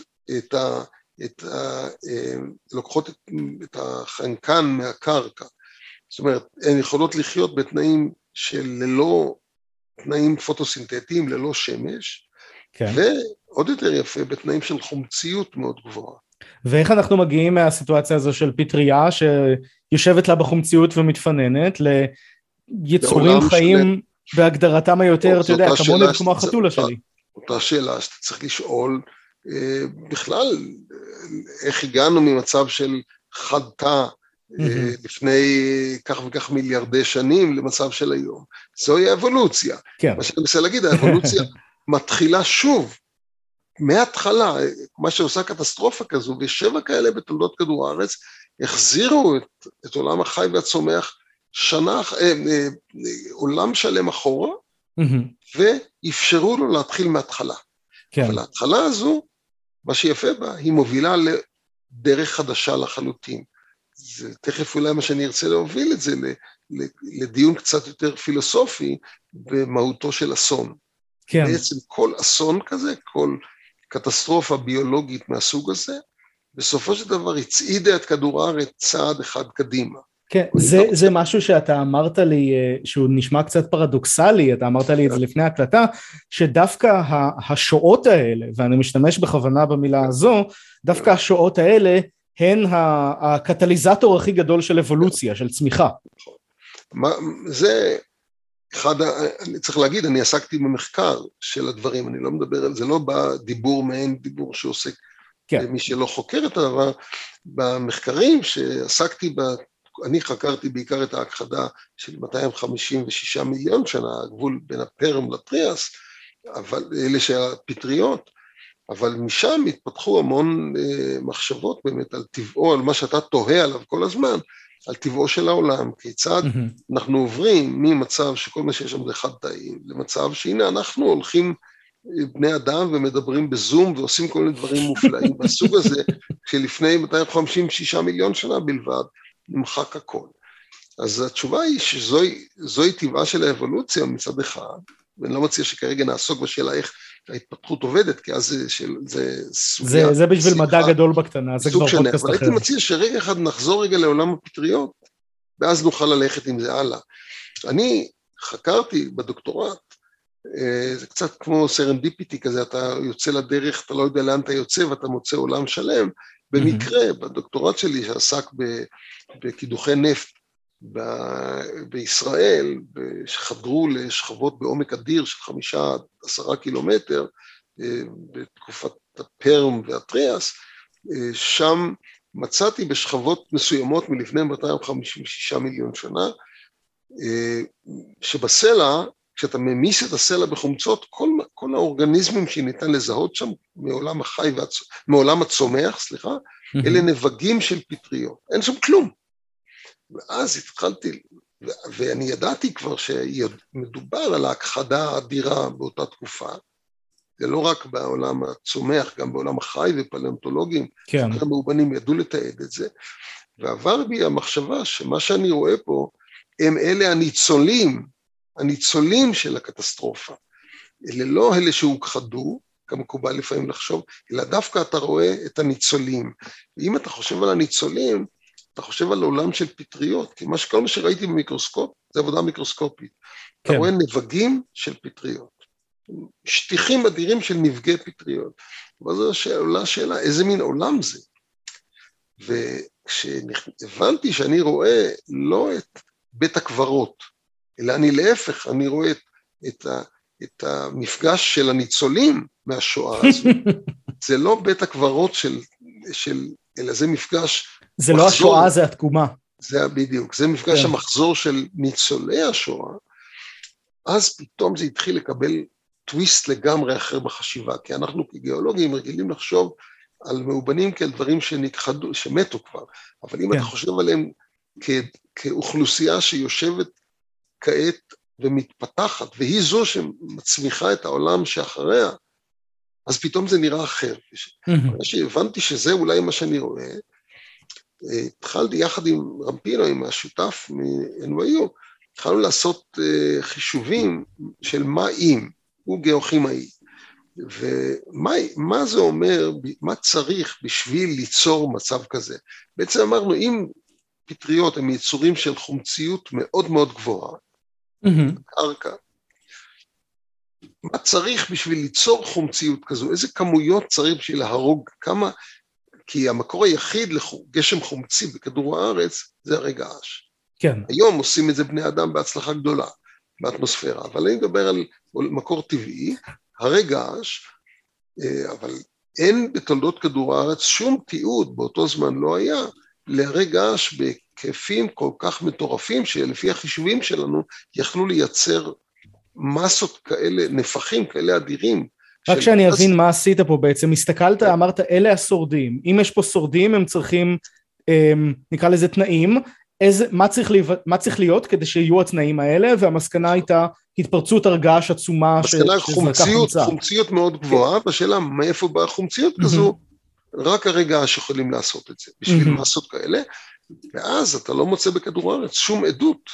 לוקחות את החנקן מהקרקע, זאת אומרת, הן יכולות לחיות בתנאים של ללא, תנאים פוטוסינתטיים, ללא שמש, ועוד יותר יפה, בתנאים של חומציות מאוד גבוהה. ואיך אנחנו מגיעים מהסיטואציה הזו של פטריה, שיושבת לה בחומציות ומתפננת, ליצורים חיים בהגדרתם היותר, אתה יודע, כמוני וכמו החתולה שלי. אותה שאלה שאתה צריך לשאול, בכלל, איך הגענו ממצב של חד-תא לפני כך וכך מיליארדי שנים למצב של היום. זוהי האבולוציה. מה שאני מנסה להגיד, האבולוציה מתחילה שוב, מההתחלה, מה שעושה קטסטרופה כזו, ושבע כאלה בתולדות כדור הארץ, החזירו את עולם החי והצומח עולם שלם אחורה, ואפשרו לו להתחיל מההתחלה. אבל ההתחלה הזו, מה שיפה בה, היא מובילה לדרך חדשה לחלוטין. זה תכף אולי מה שאני ארצה להוביל את זה, לדיון קצת יותר פילוסופי, במהותו של אסון. בעצם כל אסון כזה, כל קטסטרופה ביולוגית מהסוג הזה, בסופו של דבר הצעידה את כדור הארץ צעד אחד קדימה. כן, זה משהו שאתה אמרת לי, שהוא נשמע קצת פרדוקסלי, אתה אמרת לי את זה לפני הקלטה, שדווקא השואות האלה, ואני משתמש בכוונה במילה הזו, דווקא השואות האלה, הן הקטליזטור הכי גדול של אבולוציה, של צמיחה. זה אחד, אני צריך להגיד, אני עסקתי במחקר של הדברים, אני לא מדבר על זה, לא בדיבור מעין דיבור שעוסק במי שלא חוקר את הדבר, במחקרים שעסקתי אני חקרתי בעיקר את ההכחדה של 256 מיליון שנה, הגבול בין הפרם לטריאס, אבל אלה שהפטריות, אבל משם התפתחו המון מחשבות באמת על טבעו, על מה שאתה תוהה עליו כל הזמן, על טבעו של העולם, כיצד אנחנו עוברים ממצב שכל מה שיש שם זה חד-תאי, למצב שהנה אנחנו הולכים בני אדם ומדברים בזום ועושים כל מיני דברים מופלאים, בסוג הזה שלפני 256 מיליון שנה בלבד, נמחק הכל. אז התשובה היא שזוהי טבעה של האבולוציה מצד אחד, ואני לא מציע שכרגע נעסוק בשאלה איך ההתפתחות עובדת, כי אז זה סוגיה. זה בשביל מדע גדול בקטנה, זה כבר פודקאסט אחר. אבל הייתי מציע שרגע אחד נחזור רגע לעולם הפטריות, ואז נוכל ללכת עם זה הלאה. אני חקרתי בדוקטורט, זה קצת כמו סרנדיפיטי כזה, אתה יוצא לדרך, אתה לא יודע לאן אתה יוצא, ואתה מוצא עולם שלם. במקרה, בדוקטורט שלי שעסק בקידוחי נפט בישראל, שחדרו לשכבות בעומק אדיר של 5-10 קילומטר, בתקופת הפרם והטריאס, שם מצאתי בשכבות מסוימות מלפני 256 מיליון שנה, שבסלע, כשאתה ממיס את הסלע בחומצות, כל האורגניזמים שניתן לזהות שם מעולם החי, מעולם הצומח, סליחה, אלה נבגים של פטריות, אין שם כלום. ואז התחלתי, ואני ידעתי כבר שמדובר על ההכחדה האדירה באותה תקופה, זה לא רק בעולם הצומח, גם בעולם החי ופלנטולוגים, כן. חוקרים מאובנים ידעו לתעד את זה, ועבר בי המחשבה שמה שאני רואה פה, הם אלה הניצולים של הקטסטרופה, אלה לא אלה שהוכחדו, כמקובל לפעמים לחשוב, אלא דווקא אתה רואה את הניצולים, ואם אתה חושב על הניצולים, אתה חושב על עולם של פטריות, כי כל מה שראיתי במיקרוסקופ, זה עבודה מיקרוסקופית, אתה רואה נבגים של פטריות, שטיחים אדירים של נבגי פטריות, וזו עולה השאלה, איזה מין עולם זה? וכשהבנתי שאני רואה לא את בית הקברות, אלא אני להפך, אני רואה את המפגש של הניצולים מהשואה הזו, זה לא בית הקברות אלא זה מפגש זה מחזור, לא השואה, זה התקומה. זה בדיוק, זה מפגש המחזור של ניצולי השואה, אז פתאום זה התחיל לקבל טוויסט לגמרי אחר בחשיבה, כי אנחנו כגיאולוגים רגילים לחשוב על מאובנים כאל דברים שנכחדו, שמתו כבר, אבל אם אתה חושב עליהם כאוכלוסייה שיושבת כעת ומתפתחת, והיא זו שמצמיחה את העולם שאחריה, אז פתאום זה נראה אחר. כשהבנתי שזה אולי מה שאני רואה, התחלתי יחד עם רמפינו, עם השותף מ-NYU, התחלנו לעשות חישובים של מה אם, הוא גיאוכימאי, ומה זה אומר, מה צריך בשביל ליצור מצב כזה? בעצם אמרנו, אם פטריות הם יצורים של חומציות מאוד מאוד גבוהה, קרקע, מה צריך בשביל ליצור חומציות כזו? איזה כמויות צריך בשביל להרוג? כמה? כי המקור היחיד לגשם חומצי בכדור הארץ זה הרי געש. כן. היום עושים את זה בני אדם בהצלחה גדולה באטמוספירה, אבל אני מדבר על מקור טבעי, הרי געש, אבל אין בתולדות כדור הארץ שום תיעוד, באותו זמן לא היה, להרי געש בהיקפים כל כך מטורפים, שלפי החישובים שלנו יכלו לייצר מסות כאלה, נפחים כאלה אדירים. רק שאני אבין מה עשית פה בעצם, הסתכלת, אמרת, אלה השורדים, אם יש פה שורדים הם צריכים, נקרא לזה תנאים, מה צריך להיות כדי שיהיו התנאים האלה, והמסקנה הייתה התפרצות הרגש עצומה. מסקנה חומציות מאוד גבוהה, בשאלה מאיפה באה חומציות כזו, רק הרגע שיכולים לעשות את זה, בשביל מסות כאלה, ואז אתה לא מוצא בכדור הארץ שום עדות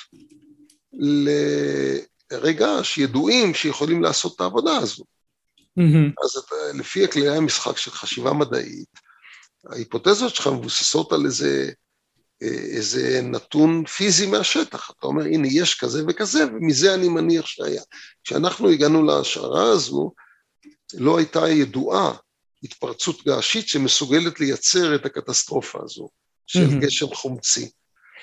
לרגע שידועים שיכולים לעשות את העבודה הזו. אז לפי כללי המשחק של חשיבה מדעית, ההיפותזות שלך מבוססות על איזה נתון פיזי מהשטח, אתה אומר הנה יש כזה וכזה, ומזה אני מניח שהיה. כשאנחנו הגענו להשערה הזו, לא הייתה ידועה התפרצות געשית שמסוגלת לייצר את הקטסטרופה הזו, של גשם חומצי.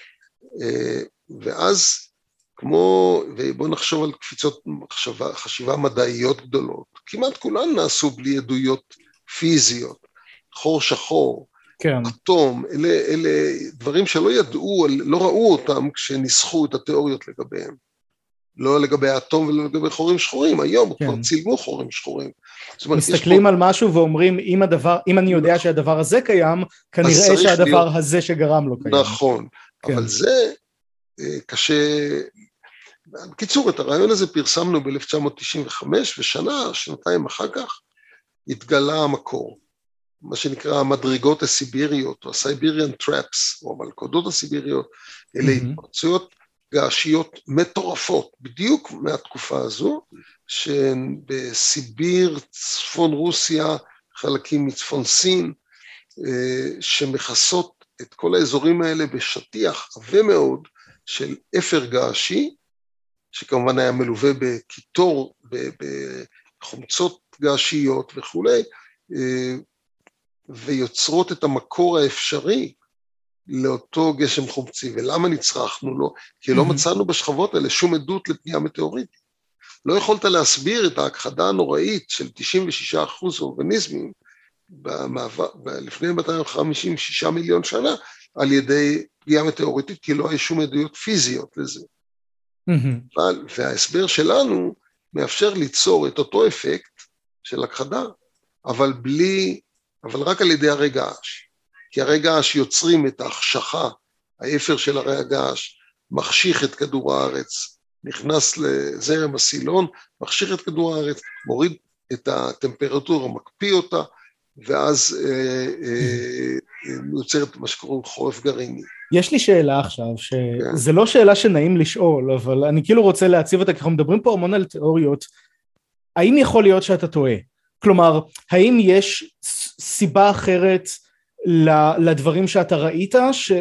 ואז ובוא נחשוב על קפיצות חשיבה מדעיות גדולות, כמעט כולן נעשו בלי עדויות פיזיות, חור שחור, כן. אטום, אלה דברים שלא ידעו, לא ראו אותם כשניסחו את התיאוריות לגביהם. לא לגבי האטום ולא לגבי חורים שחורים, היום כבר צילמו חורים שחורים. מסתכלים על משהו ואומרים, אם אני יודע שהדבר הזה קיים, כנראה שהדבר הזה שגרם לו קיים. נכון, אבל זה קשה. בקיצור, את הרעיון הזה פרסמנו ב-1995, שנתיים אחר כך, התגלה המקור, מה שנקרא המדרגות הסיביריות, או הסייביריאן טראפס, או המלכודות הסיביריות, אלה התפרצויות געשיות מטורפות, בדיוק מהתקופה הזו, שהן בסיביר, צפון רוסיה, חלקים מצפון סין, שמכסות את כל האזורים האלה בשטיח עבה מאוד של אפר געשי, שכמובן היה מלווה בקיטור, בחומצות געשיות וכו', ויוצרות את המקור האפשרי לאותו גשם חומצי. ולמה נצרכנו לו? כי לא מצאנו בשכבות האלה שום עדות לפגיעה מטאוריטית. לא יכולת להסביר את ההכחדה הנוראית של 96% אורגניזמים לפני 256 מיליון שנה על ידי פגיעה מטאוריטית, כי לא היה שום עדויות פיזיות לזה. וההסבר שלנו מאפשר ליצור את אותו אפקט של הכחדה, אבל רק על ידי הרי געש. כי הרי געש יוצרים את ההחשכה, האפר של הרי הגעש, מחשיך את כדור הארץ, נכנס לזרם הסילון, מחשיך את כדור הארץ, מוריד את הטמפרטורה, מקפיא אותה, ואז יוצרת מה שקוראים חורף גרעיני. יש לי שאלה עכשיו, שזה לא שאלה שנעים לשאול, אבל אני כאילו רוצה להציב אותה, כי אנחנו מדברים פה המון על תיאוריות, האם יכול להיות שאתה טועה? כלומר, האם יש סיבה אחרת לדברים שאתה ראית,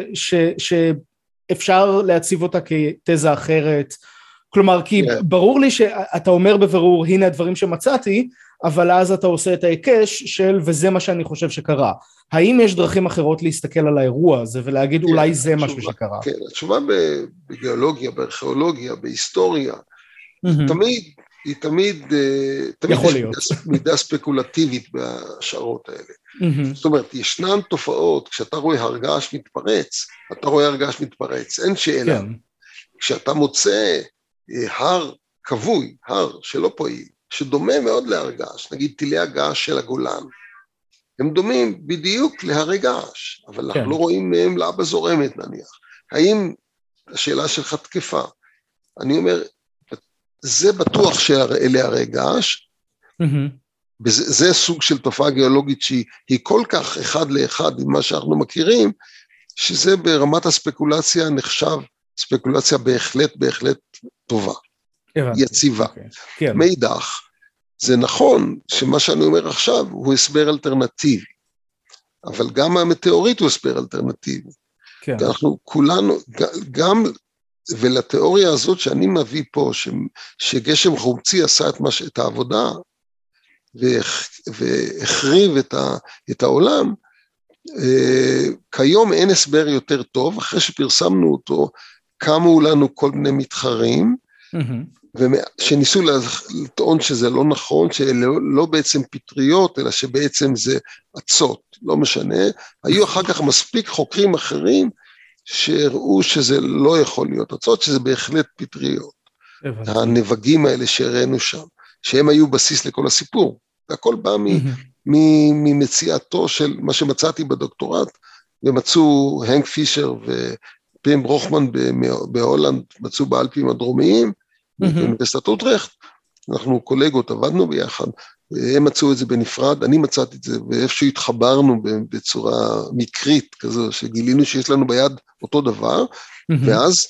שאפשר להציב אותה כתזה אחרת? כלומר, כי ברור לי שאתה אומר בבירור, הנה הדברים שמצאתי, אבל אז אתה עושה את ההיקש של, וזה מה שאני חושב שקרה. האם יש דרכים אחרות להסתכל על האירוע הזה, ולהגיד אולי זה משהו שקרה? כן, התשובה בגיאולוגיה, בארכיאולוגיה, בהיסטוריה, היא תמיד מידה ספקולטיבית בהשערות האלה. זאת אומרת, ישנן תופעות, כשאתה רואה הרגש מתפרץ, אתה רואה הרגש מתפרץ, אין שאלה. כשאתה מוצא הר כבוי, הר שלא פועיל, שדומה מאוד להרגש, נגיד טילי הגעש של הגולן, הם דומים בדיוק להרי געש, אבל אנחנו לא רואים מהם לבה זורמת נניח. האם השאלה שלך תקפה? אני אומר, זה בטוח שאלה הרי געש, זה סוג של תופעה גיאולוגית שהיא כל כך אחד לאחד עם מה שאנחנו מכירים, שזה ברמת הספקולציה נחשב ספקולציה בהחלט טובה, יציבה. מאידך, זה נכון שמה שאני אומר עכשיו הוא הסבר אלטרנטיבי, אבל גם המטאוריט הוא הסבר אלטרנטיבי. אנחנו כולנו, גם, ולתיאוריה הזאת שאני מביא פה, שגשם חומצי עשה את העבודה, והחריב את העולם, כיום אין הסבר יותר טוב, אחרי שפרסמנו אותו, קמו לנו כל מיני מתחרים, שניסו לטעון שזה לא נכון, שלא בעצם פטריות, אלא שבעצם זה עצות, לא משנה. היו אחר כך מספיק חוקרים אחרים, שהראו שזה לא יכול להיות עצות, שזה בהחלט פטריות. הנבגים האלה שהראינו שם, שהם היו בסיס לכל הסיפור. הכל בא ממציאתו של מה שמצאתי בדוקטורט, ומצאו הנק פישר ופים ברוכמן בהולנד, מצאו באלפים הדרומיים, באוניברסיטת אוטרכט, אנחנו קולגות, עבדנו ביחד, הם מצאו את זה בנפרד, אני מצאתי את זה, ואיפשהו התחברנו בצורה מקרית כזו, שגילינו שיש לנו ביד אותו דבר, ואז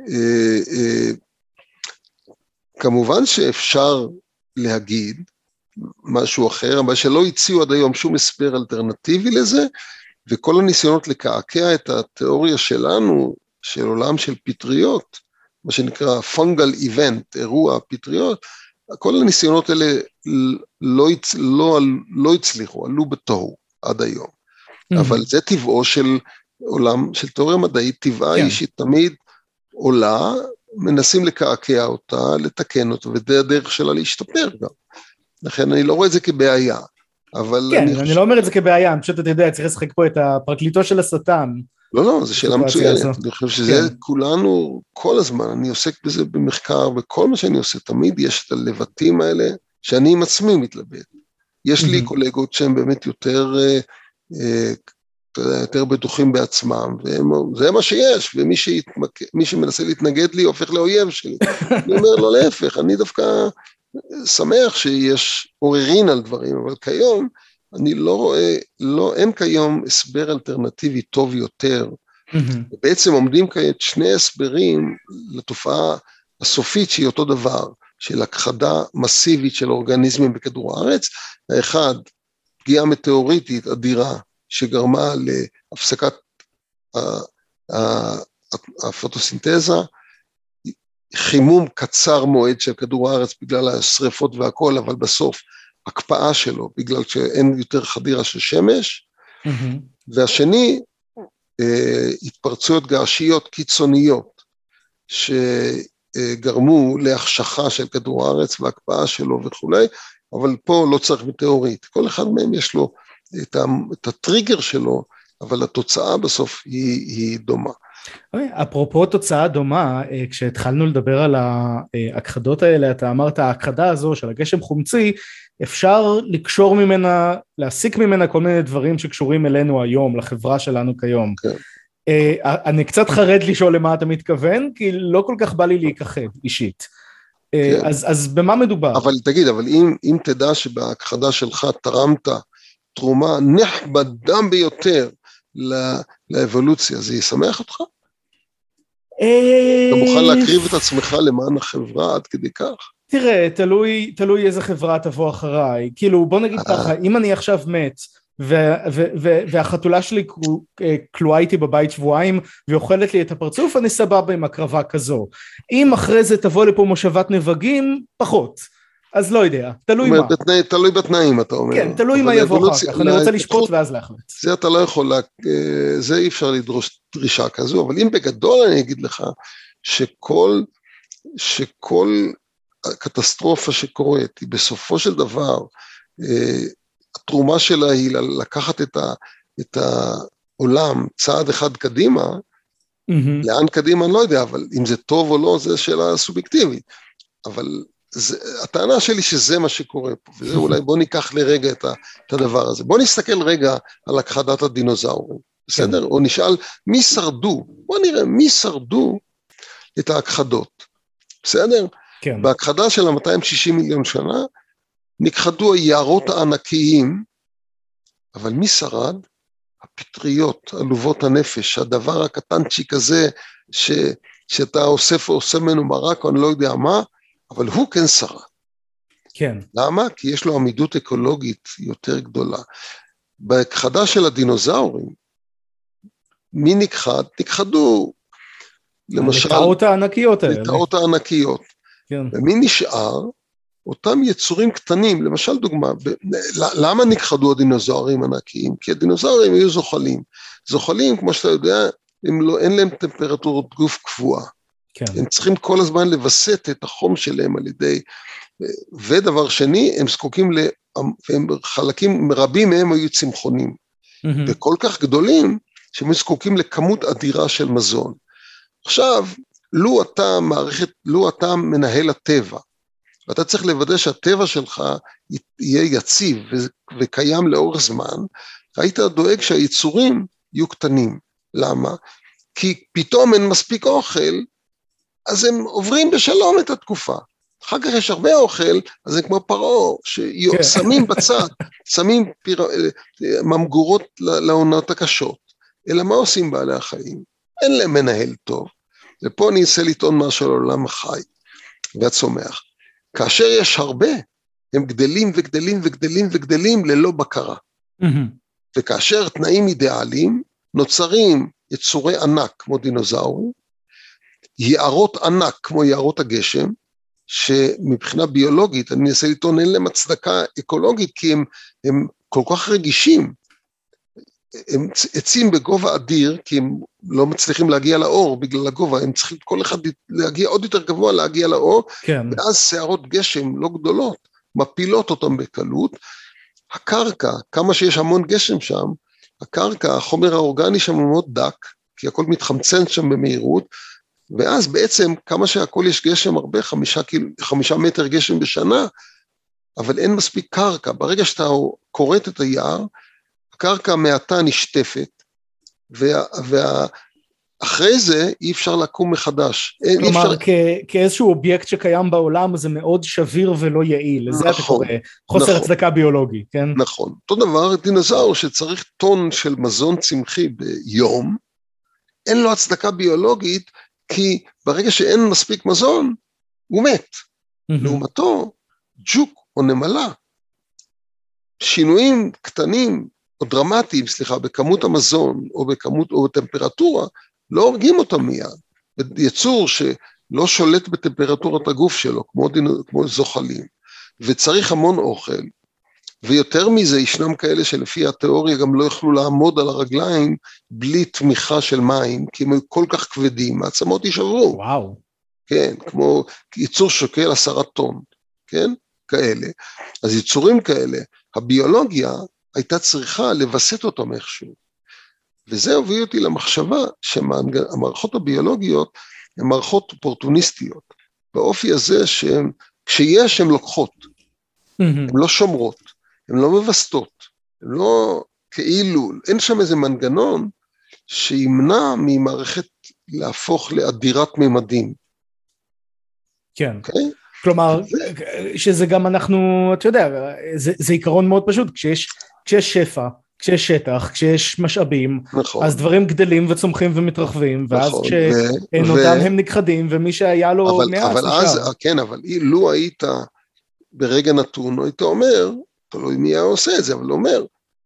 כמובן שאפשר להגיד משהו אחר, אבל שלא הציעו עד היום שום הסבר אלטרנטיבי לזה, וכל הניסיונות לקעקע את התיאוריה שלנו, של עולם של פטריות, מה שנקרא פונגל איבנט, אירוע פטריות, כל הניסיונות האלה לא הצליחו, עלו בתוהו עד היום. אבל זה טבעו של עולם, של תיאוריה מדעית, טבעה היא שתמיד עולה, מנסים לקעקע אותה, לתקן אותה, וזה הדרך שלה להשתפר גם. לכן אני לא רואה את זה כבעיה. כן, אני לא אומר את זה כבעיה, אני פשוט, אתה יודע, צריך לשחק פה את הפרקליטו של השטן. לא, זו שאלה מצוינת, אני חושב שזה כולנו, כל הזמן, אני עוסק בזה במחקר, וכל מה שאני עושה, תמיד יש את הלבטים האלה, שאני עם עצמי מתלבט. יש לי קולגות שהם באמת יותר בטוחים בעצמם, וזה מה שיש, ומי שמנסה להתנגד לי, הופך לאויב שלי. אני אומר לו להפך, אני דווקא שמח שיש עוררין על דברים, אבל כיום, אני לא רואה, אין כיום הסבר אלטרנטיבי טוב יותר, ובעצם עומדים כעת שני הסברים לתופעה הסופית שהיא אותו דבר, של הכחדה מסיבית של אורגניזמים בכדור הארץ, האחד, פגיעה מטאוריטית אדירה, שגרמה להפסקת הפוטוסינתזה, חימום קצר מועד של כדור הארץ בגלל השריפות והכל, אבל בסוף הקפאה שלו, בגלל שאין יותר חדירה של שמש, והשני, התפרצויות געשיות קיצוניות, שגרמו להחשכה של כדור הארץ והקפאה שלו וכו', אבל פה לא צריך מטאוריט, כל אחד מהם יש לו את הטריגר שלו, אבל התוצאה בסוף היא דומה. אפרופו תוצאה דומה, כשהתחלנו לדבר על ההכחדות האלה, אתה אמרת, ההכחדה הזו של הגשם חומצי, אפשר לקשור ממנה, להסיק ממנה כל מיני דברים שקשורים אלינו היום, לחברה שלנו כיום. אני קצת חרד לשאול למה אתה מתכוון, כי לא כל כך בא לי להיכחד אישית. כן. אז במה מדובר? אבל תגיד, אבל אם תדע שבהכחדה שלך תרמת תרומה נכבדה ביותר לאבולוציה, זה ישמח אותך? אתה מוכן להקריב את עצמך למען החברה עד כדי כך? תראה, תלוי איזה חברה תבוא אחריי. כאילו, בוא נגיד ככה, אם אני עכשיו מת, והחתולה שלי כלואה איתי בבית שבועיים, ואוכלת לי את הפרצוף, אני סבבה עם הקרבה כזו. אם אחרי זה תבוא לפה מושבת נבגים, פחות. אז לא יודע, תלוי מה. תלוי בתנאים, אתה אומר. כן, תלוי מה יבוא אחר כך. אני רוצה לשפוט ואז להחליט. זה אתה לא יכול, זה אי אפשר לדרוש דרישה כזו, אבל אם בגדול אני אגיד לך, שכל הקטסטרופה שקורית, היא בסופו של דבר, התרומה שלה היא לקחת את העולם צעד אחד קדימה, לאן קדימה אני לא יודע, אבל אם זה טוב או לא, זו שאלה סובייקטיבית, אבל הטענה שלי שזה מה שקורה פה, וזה אולי בוא ניקח לרגע את הדבר הזה, בוא נסתכל רגע על הכחדת הדינוזאורים, בסדר? או נשאל מי שרדו, בוא נראה מי שרדו את ההכחדות, בסדר? כן. בהכחדה של 260 מיליון שנה, נכחדו היערות הענקיים, אבל מי שרד? הפטריות, עלובות הנפש, הדבר הקטנצ'יק הזה, שאתה עושה ממנו מרק, או אני לא יודע מה, אבל הוא כן שרד. כן. למה? כי יש לו עמידות אקולוגית יותר גדולה. בהכחדה של הדינוזאורים, מי נכחד? נכחדו, למשל, הנטעות הענקיות האלה. הנטעות הענקיות. כן. ומי נשאר? אותם יצורים קטנים, למשל דוגמה, למה נכחדו הדינוזאורים ענקיים? כי הדינוזאורים היו זוחלים. זוחלים, כמו שאתה יודע, אין להם טמפרטורת גוף קבועה. כן. הם צריכים כל הזמן לבסט את החום שלהם על ידי, ודבר שני, הם זקוקים חלקים רבים מהם היו צמחונים, וכל כך גדולים, שהם זקוקים לכמות אדירה של מזון. עכשיו, לו אתה מנהל הטבע, ואתה צריך לוודא שהטבע שלך יהיה יציב וקיים לאורך זמן, היית דואג שהיצורים יהיו קטנים. למה? כי פתאום אין מספיק אוכל, אז הם עוברים בשלום את התקופה. אחר כך יש הרבה אוכל, אז זה כמו פרעה, ששמים בצד, שמים ממגורות לעונות הקשות. אלא מה עושים בעלי החיים? אין להם מנהל טוב. ופה אני אנסה לטעון משהו על עולם החי והצומח. כאשר יש הרבה, הם גדלים וגדלים וגדלים וגדלים ללא בקרה. וכאשר תנאים אידיאליים, נוצרים יצורי ענק כמו דינוזאורים, יערות ענק כמו יערות הגשם, שמבחינה ביולוגית, אני אנסה לטעון, אין להם הצדקה אקולוגית, כי הם כל כך רגישים, הם עצים בגובה אדיר, כי הם לא מצליחים להגיע לאור בגלל הגובה, הם צריכים כל אחד להגיע עוד יותר גבוה להגיע לאור, כן. ואז שערות גשם לא גדולות, מפילות אותם בקלות, הקרקע, כמה שיש המון גשם שם, הקרקע, החומר האורגני שם הוא מאוד דק, כי הכל מתחמצן שם במהירות, ואז בעצם כמה שהכל יש גשם הרבה, 5 מטר גשם בשנה, אבל אין מספיק קרקע, ברגע שאתה קוראת את היער, הקרקע מעטה נשטפת, ואחרי זה אי אפשר לקום מחדש. כלומר, כאיזשהו אובייקט שקיים בעולם, זה מאוד שביר ולא יעיל, לזה אתה קורא, חוסר הצדקה ביולוגי, כן? נכון. אותו דבר, דינוזאור שצריך טון של מזון צמחי ביום, אין לו הצדקה ביולוגית, כי ברגע שאין מספיק מזון, הוא מת. לעומתו, ג'וק או נמלה, שינויים קטנים, או דרמטיים, בכמות המזון, או בטמפרטורה, לא הורגים אותם מיד. יצור שלא שולט בטמפרטורת הגוף שלו, כמו זוחלים, וצריך המון אוכל, ויותר מזה, ישנם כאלה שלפי התיאוריה גם לא יכלו לעמוד על הרגליים, בלי תמיכה של מים, כי הם היו כל כך כבדים, העצמות יישברו. וואו. כן, כמו יצור שוקל 10 טון, כן? כאלה. אז יצורים כאלה, הביולוגיה, הייתה צריכה לבסט אותם איכשהו. וזה הוביל אותי למחשבה שהמערכות הביולוגיות הן מערכות אופורטוניסטיות, באופי הזה שהן, כשיש הן לוקחות, הן לא שומרות, הן לא מבסטות, הן לא כאילו, אין שם איזה מנגנון שימנע ממערכת להפוך לאדירת ממדים. כן. Okay? כלומר, שזה גם אנחנו, אתה יודע, זה עיקרון מאוד פשוט, כשיש שפע, כשיש שטח, כשיש משאבים, נכון. אז דברים גדלים וצומחים ומתרחבים, ואז נכון. כשאין אותם הם נכחדים, ומי שהיה לו מעט נשאר. כן, אבל לו היית ברגע נתון, היית אומר, תלוי מי היה עושה את זה, אבל אומר,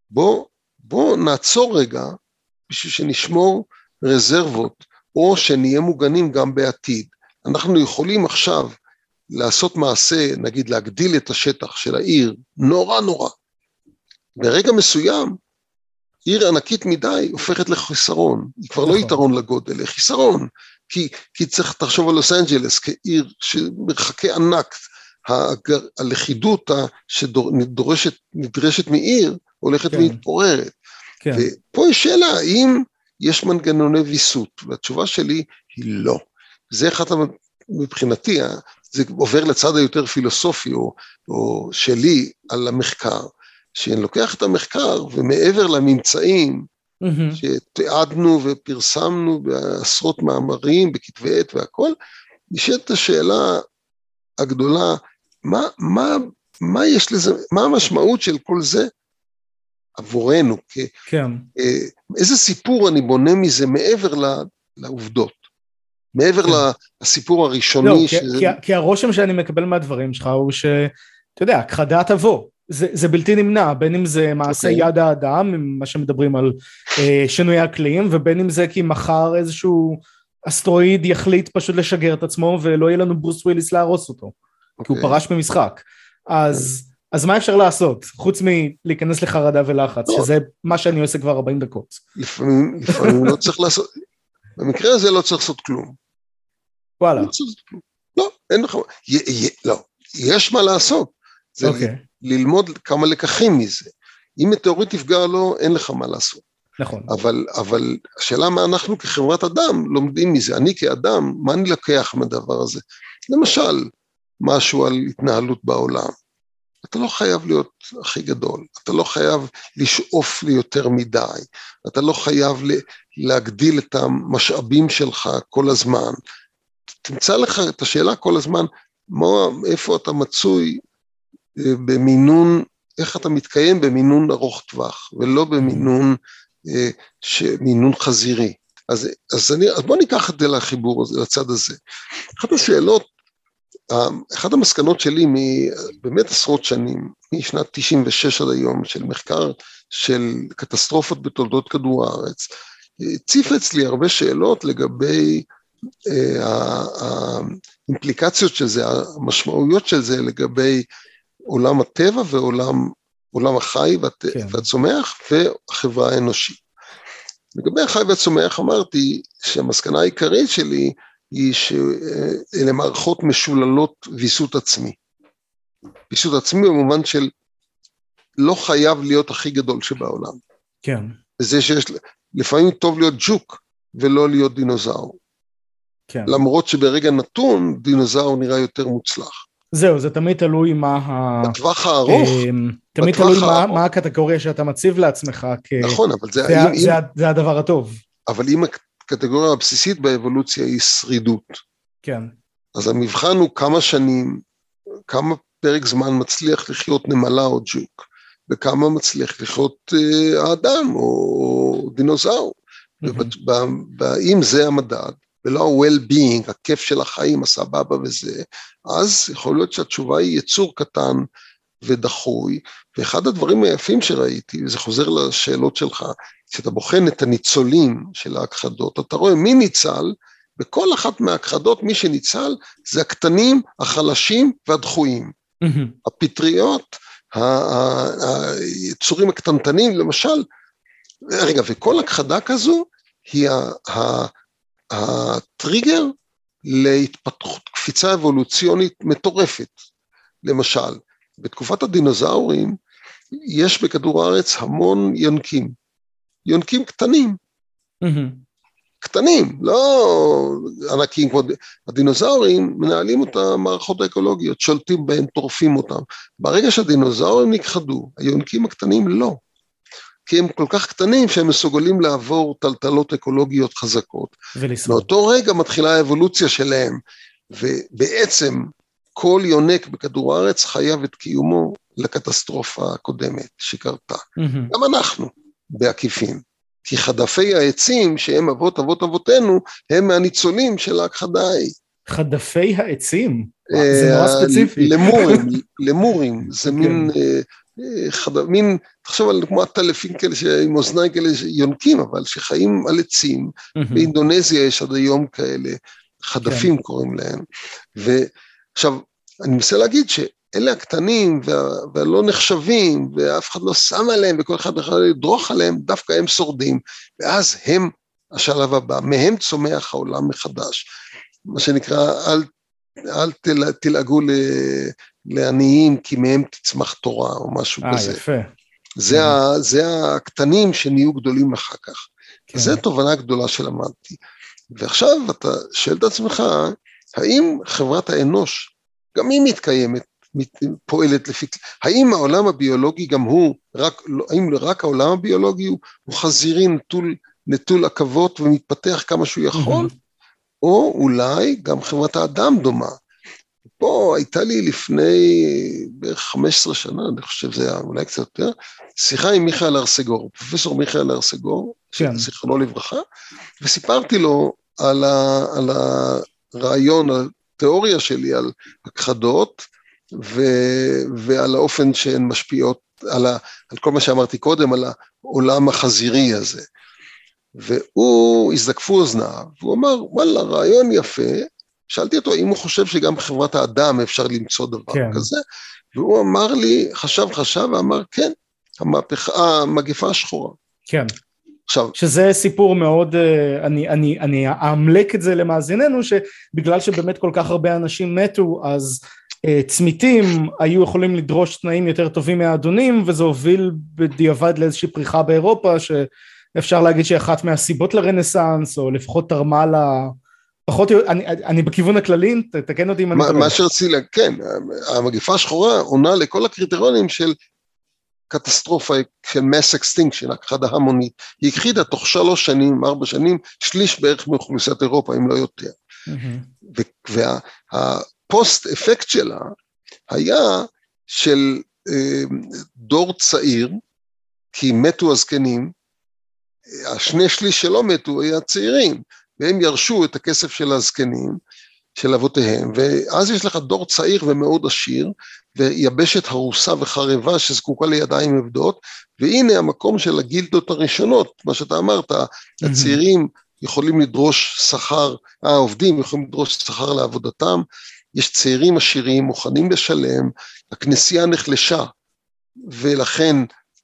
בוא נעצור רגע, בשביל שנשמור רזרבות, או שנהיה מוגנים גם בעתיד. אנחנו יכולים עכשיו לעשות מעשה, נגיד להגדיל את השטח של העיר, נורא נורא. ברגע מסוים, עיר ענקית מדי הופכת לחיסרון, היא כבר לא יתרון לגודל, היא חיסרון, כי צריך תחשוב על לוס אנג'לס כעיר שמרחקי ענק, הלכידות שנדרשת מעיר, הולכת ומתפוררת. ופה יש שאלה, האם יש מנגנוני ויסות, והתשובה שלי היא לא. זה אחד מבחינתי, זה עובר לצד היותר פילוסופי, או שלי על המחקר, שאני לוקח את המחקר, ומעבר לממצאים, שתיעדנו ופרסמנו בעשרות מאמרים, בכתבי עת והכל, נשאלת השאלה הגדולה, מה יש לזה, מה המשמעות של כל זה עבורנו? כן. איזה סיפור אני בונה מזה מעבר לעובדות? מעבר לסיפור הראשוני. כי הרושם שאני מקבל מהדברים שלך הוא שאתה יודע, הכחדה תבוא. זה בלתי נמנע, בין אם זה מעשה יד האדם, מה שמדברים על שינוי אקלים, ובין אם זה כי מחר איזשהו אסטרואיד יחליט פשוט לשגר את עצמו, ולא יהיה לנו ברוס וויליס להרוס אותו, כי הוא פרש במשחק. אז מה אפשר לעשות? חוץ מלהיכנס לחרדה ולחץ, שזה מה שאני עושה כבר 40 דקות. לפעמים לא צריך לעשות, במקרה הזה לא צריך לעשות כלום. וואלה. לא, אין לך, לא, יש מה לעשות. זה ללמוד כמה לקחים מזה. אם מטאוריט תפגע לו, אין לך מה לעשות. נכון. אבל השאלה מה אנחנו כחברת אדם לומדים מזה. אני כאדם, מה אני לקח מהדבר הזה? למשל, משהו על התנהלות בעולם. אתה לא חייב להיות הכי גדול, אתה לא חייב לשאוף ליותר מדי, אתה לא חייב להגדיל את המשאבים שלך כל הזמן. תמצא לך את השאלה כל הזמן, איפה אתה מצוי במינון, איך אתה מתקיים במינון ארוך טווח, ולא במינון מינון חזירי. אז בוא ניקח את זה לחיבור הזה, לצד הזה. אחת השאלות, אחת המסקנות שלי באמת עשרות שנים, משנת 96 עד היום, של מחקר של קטסטרופות בתולדות כדור הארץ, הציף אצלי הרבה שאלות לגבי האימפליקציות של זה, המשמעויות של זה לגבי עולם הטבע ועולם החי והצומח והחברה האנושית. לגבי החי והצומח אמרתי שהמסקנה העיקרית שלי היא שאלה מערכות משוללות ויסות עצמי. ויסות עצמי במובן של לא חייב להיות הכי גדול שבעולם. כן. וזה שיש, לפעמים טוב להיות ג'וק ולא להיות דינוזאור. כן. למרות שברגע נתון דינוזאור נראה יותר מוצלח. זהו, זה תמיד תלוי מה בטווח הארוך. תמיד תלוי מה הקטגוריה שאתה מציב לעצמך. נכון, אבל זה הדבר הטוב. אבל אם הקטגוריה הבסיסית באבולוציה היא שרידות. כן. אז המבחן הוא כמה שנים, כמה פרק זמן מצליח לחיות נמלה או ג'וק, וכמה מצליח לחיות האדם או דינוזאור. ואם זה המדד, ולא ה-well-being, הכיף של החיים, הסבבה וזה, אז יכול להיות שהתשובה היא יצור קטן ודחוי, ואחד הדברים היפים שראיתי, וזה חוזר לשאלות שלך, כשאתה בוחן את הניצולים של ההכחדות, אתה רואה מי ניצל, בכל אחת מההכחדות מי שניצל, זה הקטנים, החלשים והדחויים. הפטריות, היצורים הקטנטנים, למשל, רגע, וכל הכחדה כזו, היא הטריגר להתפתחות קפיצה אבולוציונית מטורפת. למשל, בתקופת הדינוזאורים, יש בכדור הארץ המון יונקים. יונקים קטנים. קטנים, לא ענקים. הדינוזאורים מנהלים את המערכות האקולוגיות, שולטים בהן, טורפים אותם. ברגע שהדינוזאורים נכחדו, היונקים הקטנים לא. כי הם כל כך קטנים שהם מסוגלים לעבור טלטלות אקולוגיות חזקות. ולשרוד. באותו רגע מתחילה האבולוציה שלהם, ובעצם כל יונק בכדור הארץ חייב את קיומו לקטסטרופה הקודמת שקרתה. גם אנחנו בעקיפין, כי חדפי העצים שהם אבות אבות אבותינו, הם מהניצולים של ההכחדה ההיא. חדפי העצים? זה נורא ספציפי. למורים, זה מין, תחשוב על כמו הטלפים כאלה, עם אוזניים כאלה יונקים, אבל שחיים על עצים, באינדונזיה יש עד היום כאלה, חדפים קוראים להם, ועכשיו, אני מנסה להגיד שאלה הקטנים והלא נחשבים, ואף אחד לא שם עליהם, וכל אחד יכול לדרוך עליהם, דווקא הם שורדים, ואז הם השלב הבא, מהם צומח העולם מחדש, מה שנקרא, אל תלעגו לעניים, כי מהם תצמח תורה, או משהו כזה. יפה. זה הקטנים שנהיו גדולים אחר כך. זו תובנה גדולה שלמדתי. ועכשיו אתה שואל את עצמך, האם חברת האנוש, גם היא מתקיימת, פועלת לפי, האם העולם הביולוגי גם הוא, האם רק העולם הביולוגי הוא חזירי נטול עכבות ומתפתח כמה שהוא יכול, או אולי גם חברת האדם דומה. פה הייתה לי לפני בערך 15 שנה, אני חושב זה היה אולי קצת יותר, שיחה עם מיכאל ארסגור, פרופסור מיכאל ארסגור, זיכרונו לברכה, וסיפרתי לו על הרעיון, התיאוריה שלי על הכחדות, ועל האופן שהן משפיעות, על כל מה שאמרתי קודם, על העולם החזירי הזה. והוא הזדקפו אוזניו, והוא אמר, וואלה, רעיון יפה, שאלתי אותו אם הוא חושב שגם בחברת האדם אפשר למצוא דבר כזה, והוא אמר לי, חשב ואמר, כן, המגפה השחורה. כן. עכשיו, שזה סיפור מאוד, אני אעמלק את זה למאזיננו, שבגלל שבאמת כל כך הרבה אנשים מתו, אז צמיתים היו יכולים לדרוש תנאים יותר טובים מהאדונים, וזה הוביל בדיעבד לאיזושהי פריחה באירופה, שאפשר להגיד שאחת מהסיבות לרנסנס, או לפחות תרמה לה, פחות, אני בכיוון הכללי, תקן אותי אם אני טועה. מה שרציתי לה, כן, המגפה השחורה עונה לכל הקריטריונים של קטסטרופה, של mass extinction, הכחדה המונית, היא הכחידה תוך 3 שנים, 4 שנים, שליש בערך מאוכלוסיית אירופה, אם לא יותר. והפוסט אפקט שלה היה של דור צעיר, כי מתו הזקנים, 2/3 שלא מתו היה צעירים, והם ירשו את הכסף של הזקנים, של אבותיהם, ואז יש לך דור צעיר ומאוד עשיר, ויבשת הרוסה וחרבה שזקוקה לידיים עבדות, והנה המקום של הגילדות הראשונות, מה שאתה אמרת, הצעירים יכולים לדרוש שכר, העובדים יכולים לדרוש שכר לעבודתם, יש צעירים עשירים, מוכנים לשלם, הכנסייה נחלשה, ולכן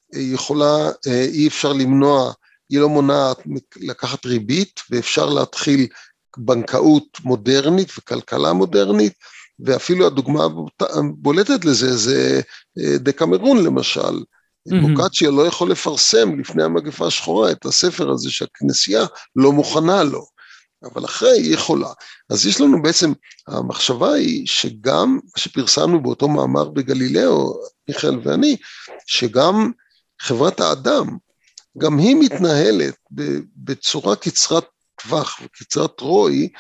אי אפשר למנוע, היא לא מונעת לקחת ריבית, ואפשר להתחיל בנקאות מודרנית וכלכלה מודרנית, ואפילו הדוגמה הבולטת לזה, זה דקמרון למשל, בוקאצ'יה לא יכול לפרסם לפני המגפה השחורה את הספר הזה שהכנסייה לא מוכנה לו, אבל אחרי היא יכולה. אז יש לנו בעצם, המחשבה היא שגם שפרסמנו באותו מאמר בגלילאו, מיכאל ואני, שגם חברת האדם, גם היא מתנהלת בצורה קצרת טווח וקצרת רוי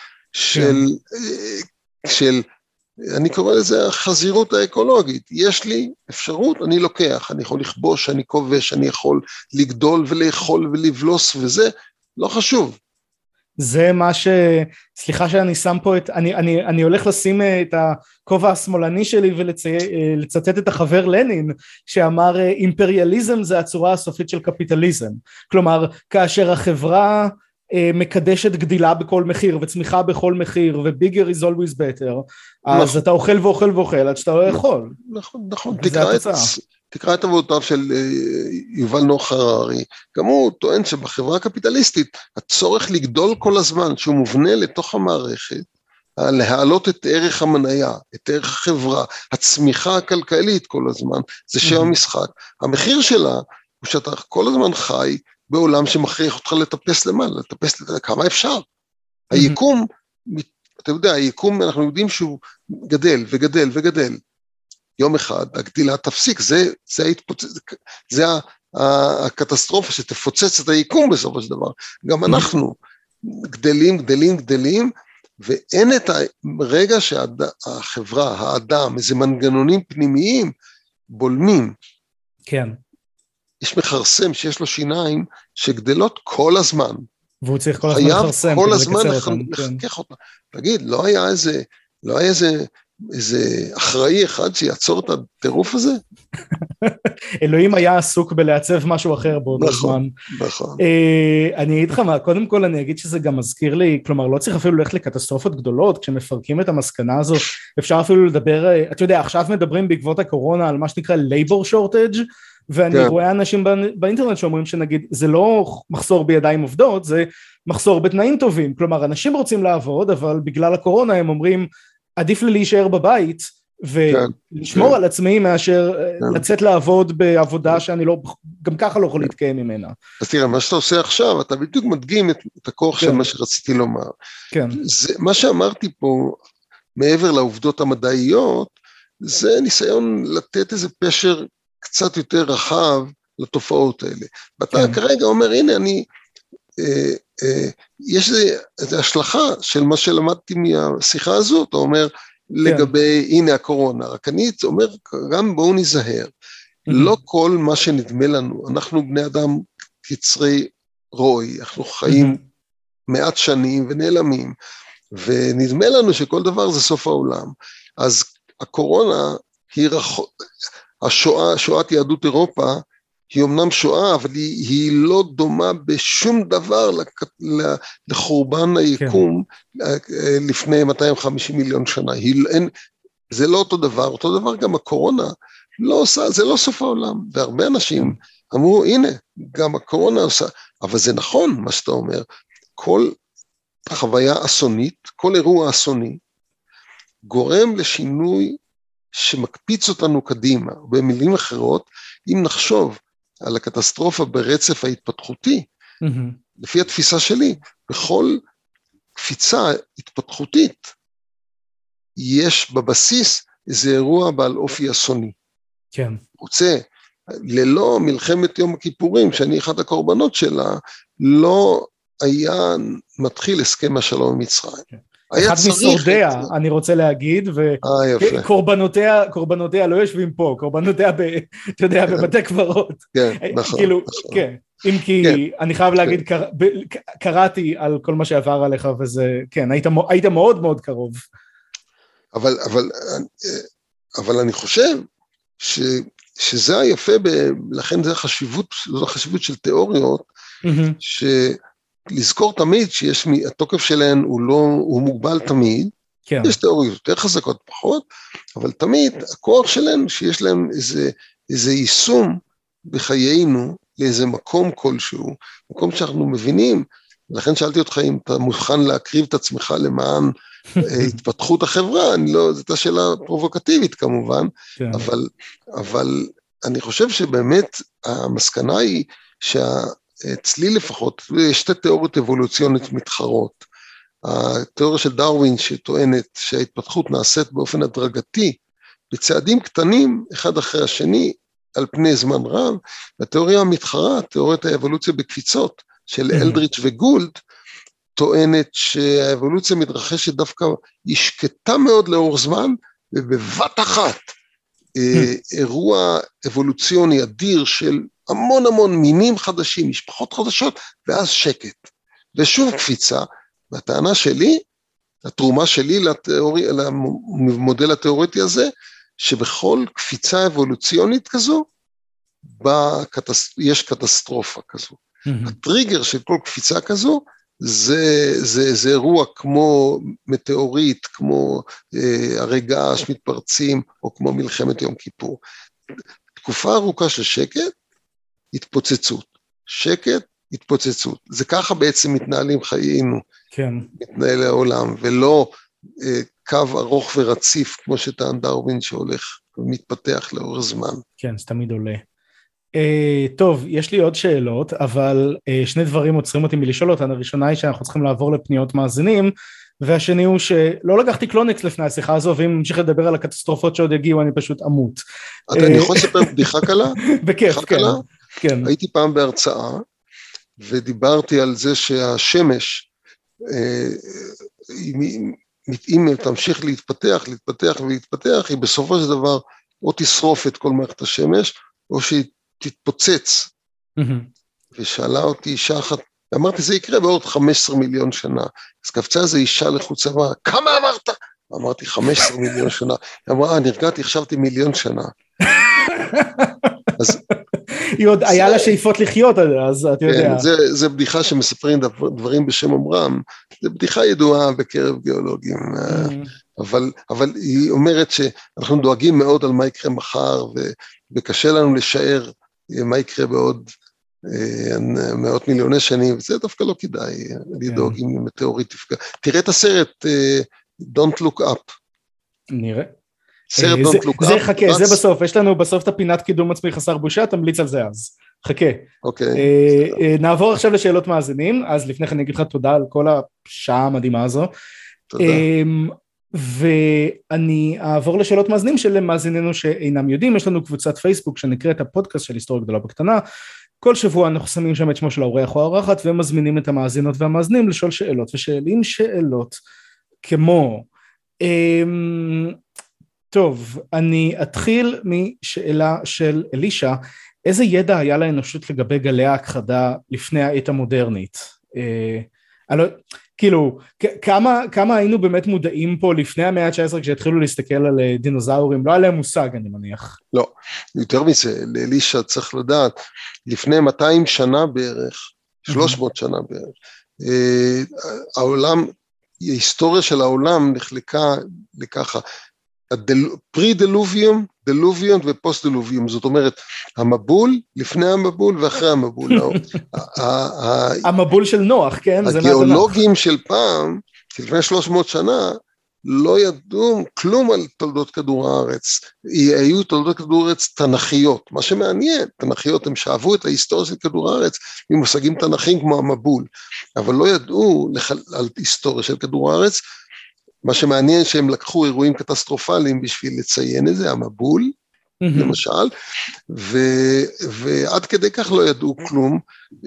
של אני קורא לזה החזירות האקולוגית, יש לי אפשרות, אני לוקח, אני יכול לכבוש, אני כובש, אני יכול לגדול ולאכול ולבלוס וזה, לא חשוב. זה מה סליחה שאני שם פה אני הולך לשים את הכובע השמאלני שלי ולצטט את החבר לנין, שאמר אימפריאליזם זה הצורה הסופית של קפיטליזם, כלומר כאשר החברה מקדשת גדילה בכל מחיר וצמיחה בכל מחיר ו-bigger is always better, אז אתה אוכל ואוכל ואוכל עד שאתה לא יכול. נכון, תקרא את עבודותיו של יובל נוח הררי, גם הוא טוען שבחברה הקפיטליסטית הצורך לגדול כל הזמן שהוא מובנה לתוך המערכת, להעלות את ערך המניה, את ערך החברה, הצמיחה הכלכלית כל הזמן, זה שם המשחק. המחיר שלה הוא שאתה כל הזמן חי בעולם שמכריח אותך לטפס למעלה, לטפס כמה אפשר. היקום, אתה יודע, היקום אנחנו יודעים שהוא גדל וגדל וגדל. יום אחד הגדילה תפסיק, זה הקטסטרופה שתפוצץ את היקום בסופו של דבר. גם אנחנו גדלים, ואין את הרגע שהחברה, האדם, איזה מנגנונים פנימיים בולמים. כן. יש מחרסם שיש לו שיניים שגדלות כל הזמן. והוא צריך כל הזמן לחרסם כל הזמן לחכך אותה. תגיד, לא היה איזה אחראי אחד שיעצור את הטירוף הזה? אלוהים היה עסוק בלעצב משהו אחר באותו זמן. נכון. אני אגיד לך מה, קודם כל אני אגיד שזה גם מזכיר לי, כלומר לא צריך אפילו ללכת לקטסטרופות גדולות, כשמפרקים את המסקנה הזו, אפשר אפילו לדבר, אתה יודע, עכשיו מדברים בעקבות הקורונה על מה שנקרא labor shortage, ואני רואה אנשים באינטרנט שאומרים שנגיד, זה לא מחסור בידיים עובדות, זה מחסור בתנאים טובים, כלומר אנשים רוצים לעבוד, אבל בגלל הקורונה הם אומרים, עדיף לי להישאר בבית, ולשמור על עצמי מאשר לצאת לעבוד בעבודה שאני גם ככה לא יכול להתקיים ממנה. אז תראה, מה שאתה עושה עכשיו, אתה בדיוק מדגים את הכוח של מה שרציתי לומר. מה שאמרתי פה, מעבר לעובדות המדעיות, זה ניסיון לתת איזה פשר קצת יותר רחב לתופעות האלה. ואתה כרגע אומר, הנה יש איזו השלכה של מה שלמדתי מהשיחה הזאת, אתה אומר, לגבי, הנה הקורונה, רק אני אומר, גם בואו נזהר, לא כל מה שנדמה לנו, אנחנו בני אדם קצרי רוי, אנחנו חיים מעט שנים ונעלמים, ונדמה לנו שכל דבר זה סוף העולם, אז הקורונה היא שואת יהדות אירופה, היא אמנם שואה, אבל היא לא דומה בשום דבר לחורבן היקום לפני 250 מיליון שנה. זה לא אותו דבר גם הקורונה לא עושה, זה לא סוף העולם. והרבה אנשים אמרו, הנה, גם הקורונה עושה, אבל זה נכון מה שאתה אומר, כל חוויה אסונית, כל אירוע אסוני, גורם לשינוי שמקפיץ אותנו קדימה. במילים אחרות, אם נחשוב על הקטסטרופה ברצף ההתפתחותי, לפי התפיסה שלי, בכל קפיצה התפתחותית, יש בבסיס איזה אירוע בעל אופי אסוני. כן. רוצה, ללא מלחמת יום הכיפורים, שאני אחד הקורבנות שלה, לא היה מתחיל הסכם השלום עם מצרים. אחד משורדיה, אני רוצה להגיד, וקורבנותיה לא יושבים פה, קורבנותיה, אתה יודע, בבתי קברות. כן, נכון. כן, אם כי אני חייב להגיד, קראתי על כל מה שעבר עליך, וזה, כן, היית מאוד מאוד קרוב. אבל אני חושב שזה היפה, לכן זו החשיבות של תיאוריות, לזכור תמיד שיש, התוקף שלהן הוא מוגבל תמיד, כן. יש תיאוריות יותר חזקות פחות, אבל תמיד הכוח שלהן שיש להן איזה יישום בחיינו, לאיזה מקום כלשהו, מקום שאנחנו מבינים, ולכן שאלתי אותך אם אתה מוכן להקריב את עצמך למען התפתחות החברה, זו הייתה שאלה פרובוקטיבית כמובן, כן. אבל אני חושב שבאמת המסקנה היא אצלי לפחות, יש שתי תיאוריות אבולוציונית מתחרות. התיאוריה של דרווין שטוענת שההתפתחות נעשית באופן הדרגתי, בצעדים קטנים, אחד אחרי השני, על פני זמן רב, והתיאוריה המתחרה, תיאוריית האבולוציה בקפיצות, של אלדריץ' וגולד, טוענת שהאבולוציה מתרחשת דווקא, היא שקטה מאוד לאורך זמן, ובבת אחת, אירוע אבולוציוני אדיר של המון מינים חדשים, משפחות חדשות, ואז שקט. ושוב קפיצה, והטענה שלי, התרומה שלי למודל התיאורטי הזה, שבכל קפיצה אבולוציונית כזו, יש קטסטרופה כזו. הטריגר של כל קפיצה כזו, זה אירוע כמו מטאורית, כמו הרי געש מתפרצים, או כמו מלחמת יום כיפור. תקופה ארוכה של שקט, התפוצצות. שקט, התפוצצות. זה ככה בעצם מתנהלים חיינו. כן. מתנהל העולם, ולא קו ארוך ורציף, כמו שטען דרווין שהולך ומתפתח לאורך זמן. כן, זה תמיד עולה. טוב, יש לי עוד שאלות, אבל שני דברים עוצרים אותי מלשאול אותן. הראשונה היא שאנחנו צריכים לעבור לפניות מאזינים, והשני הוא שלא לקחתי קלונקס לפני השיחה הזו, ואם נמשיך לדבר על הקטסטרופות שעוד יגיעו, אני פשוט אמות. אני יכול לספר בדיחה קלה? בכיף, כן. הייתי פעם בהרצאה, ודיברתי על זה שהשמש, אם תמשיך להתפתח, היא בסופו של דבר או תשרוף את כל מערכת השמש, או שהיא תתפוצץ. ושאלה אותי אישה אחת, אמרתי, זה יקרה בעוד 15 מיליון שנה. אז קפצה איזו אישה לחוץ, אמרה, כמה אמרת? אמרתי, 15 מיליון שנה. היא אמרה, נרגעתי, חשבתי מיליון שנה. אז... היא עוד היה לה שאיפות לחיות, אז אתה יודע. זה בדיחה שמספרים דברים בשם אומרם, זה בדיחה ידועה בקרב גיאולוגים, אבל היא אומרת שאנחנו דואגים מאוד על מה יקרה מחר, וקשה לנו לשער מה יקרה בעוד מאות מיליוני שנים, וזה דווקא לא כדאי לדאוג אם מטאורית תפגע. תראה את הסרט Don't Look Up. נראה. סרט Don't Look Up. זה חכה, זה בסוף, יש לנו בסוף את הפינת קידום עצמי חסר בושה, תמליץ על זה אז. חכה. אוקיי. נעבור עכשיו לשאלות מאזינים, אז לפני כן אני אגיד לך תודה על כל השעה המדהימה הזו. תודה. ואני אעבור לשאלות מאזינים של מאזיננו שאינם יודעים, יש לנו קבוצת פייסבוק שנקראת הפודקאסט של היסטוריה גדולה בקטנה, כל שבוע אנחנו שמים שם את שמו של האורח או האורחת, ומזמינים את המאזינות והמאזינים לשאול שאלות, ושאלים שאלות כמו, טוב, אני אתחיל משאלה של אלישה, איזה ידע היה לאנושות לגבי גלי ההכחדה לפני העת המודרנית? כאילו, כמה היינו באמת מודעים פה לפני המאה ה-19 כשהתחילו להסתכל על דינוזאורים? לא היה להם מושג, אני מניח. לא, יותר מזה, לאלישה צריך לדעת, לפני 200 שנה בערך, 300 שנה בערך, העולם, ההיסטוריה של העולם נחלקה לככה, פרי-דלוביום, דלוביום ופוסט-דלוביום, זאת אומרת, המבול, לפני המבול ואחרי המבול. המבול של נוח, כן? הגיאולוגים של פעם, לפני 300 שנה, לא ידעו כלום על תולדות כדור הארץ, היו תולדות כדור הארץ תנכיות, מה שמעניין, תנכיות הם שאהבו את ההיסטוריה של כדור הארץ, ממושגים תנכיים כמו המבול, אבל לא ידעו על היסטוריה של כדור הארץ, מה שמעניין שהם לקחו אירועים קטסטרופליים בשביל לציין את זה, המבול, למשל, ועד כדי כך לא ידעו כלום,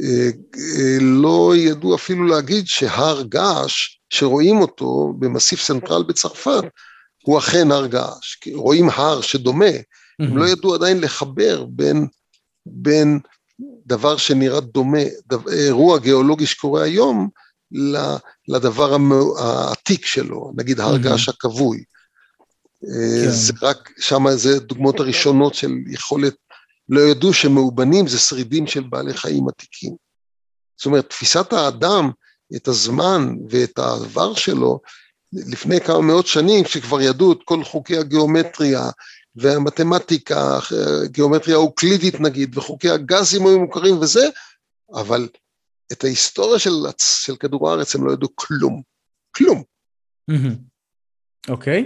לא ידעו אפילו להגיד שהר געש, שרואים אותו במסיף סנטרל בצרפת, הוא אכן הר געש, רואים הר שדומה, הם לא ידעו עדיין לחבר בין דבר שנראה דומה, אירוע גיאולוגי שקורה היום, לדבר העתיק שלו, נגיד הר געש הכבוי. זה רק, שם זה דוגמאות הראשונות של יכולת, לא ידעו שמאובנים זה שרידים של בעלי חיים עתיקים. זאת אומרת, תפיסת האדם, את הזמן ואת העבר שלו, לפני כמה מאות שנים, שכבר ידעו את כל חוקי הגיאומטריה, והמתמטיקה, גיאומטריה אוקלידית נגיד, וחוקי הגזים היו מוכרים וזה, אבל את ההיסטוריה של כדור הארץ הם לא ידעו כלום, כלום. אוקיי,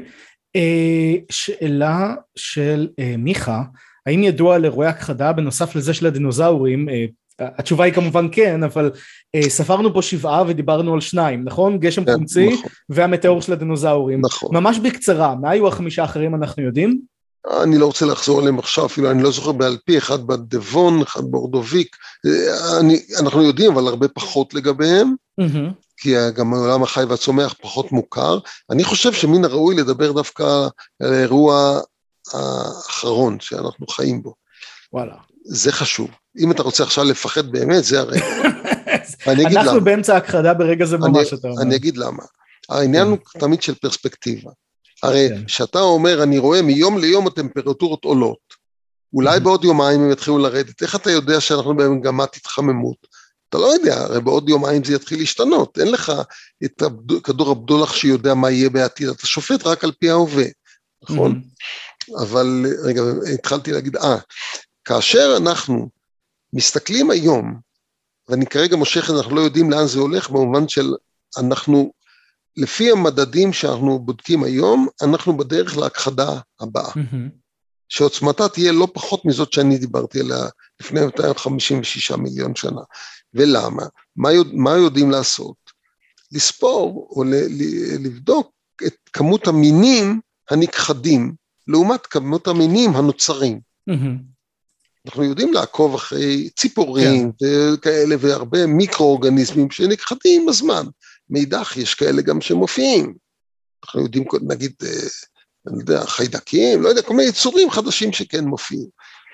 שאלה של מיכה, האם ידוע על אירועי הכחדה בנוסף לזה של הדינוזאורים? התשובה היא כמובן כן, אבל ספרנו פה 7 ודיברנו על 2, נכון? גשם חומצי והמטאור של הדינוזאורים. ממש בקצרה, מה היו 5 האחרים אנחנו יודעים? אני לא רוצה לחזור עליהם עכשיו, אפילו אני לא זוכר בעל פי, אחד בדבון, אחד באורדוביק, אנחנו יודעים, אבל הרבה פחות לגביהם, כי גם העולם החי והצומח פחות מוכר. אני חושב שמן הראוי לדבר דווקא על האירוע האחרון שאנחנו חיים בו. וואלה. זה חשוב. אם אתה רוצה עכשיו לפחד באמת, זה הרגע. אנחנו באמצע הכחדה ברגע זה ממש אתה אומר. אני אגיד למה. העניין הוא תמיד של פרספקטיבה. הרי שאתה אומר, אני רואה מיום ליום הטמפרטורות עולות, אולי בעוד יומיים הם יתחילו לרדת, איך אתה יודע שאנחנו במגמת התחממות? אתה לא יודע, הרי בעוד יומיים זה יתחיל להשתנות, אין לך את כדור הבדולח שיודע מה יהיה בעתיד, אתה שופט רק על פי ההווה, נכון? אבל רגע, התחלתי להגיד, כאשר אנחנו מסתכלים היום, ואני כרגע מושך, אנחנו לא יודעים לאן זה הולך, במובן של אנחנו, לפי המדדים שאנחנו בודקים היום, אנחנו בדרך להכחדה הבאה, שעוצמתה תהיה לא פחות מזאת שאני דיברתי עליה לפני 256 מיליון שנה. ולמה? מה יודעים לעשות? לספור או לבדוק את כמות המינים הנכחדים, לעומת כמות המינים הנוצרים. אנחנו יודעים לעקוב אחרי ציפורים וכאלה, והרבה מיקרואורגניזמים שנכחדים בזמן. מידע, יש כאלה גם שמופיעים. אנחנו יודעים, נגיד, אני יודע, חיידקים, לא יודע, כל מיני יצורים חדשים שכן מופיעים.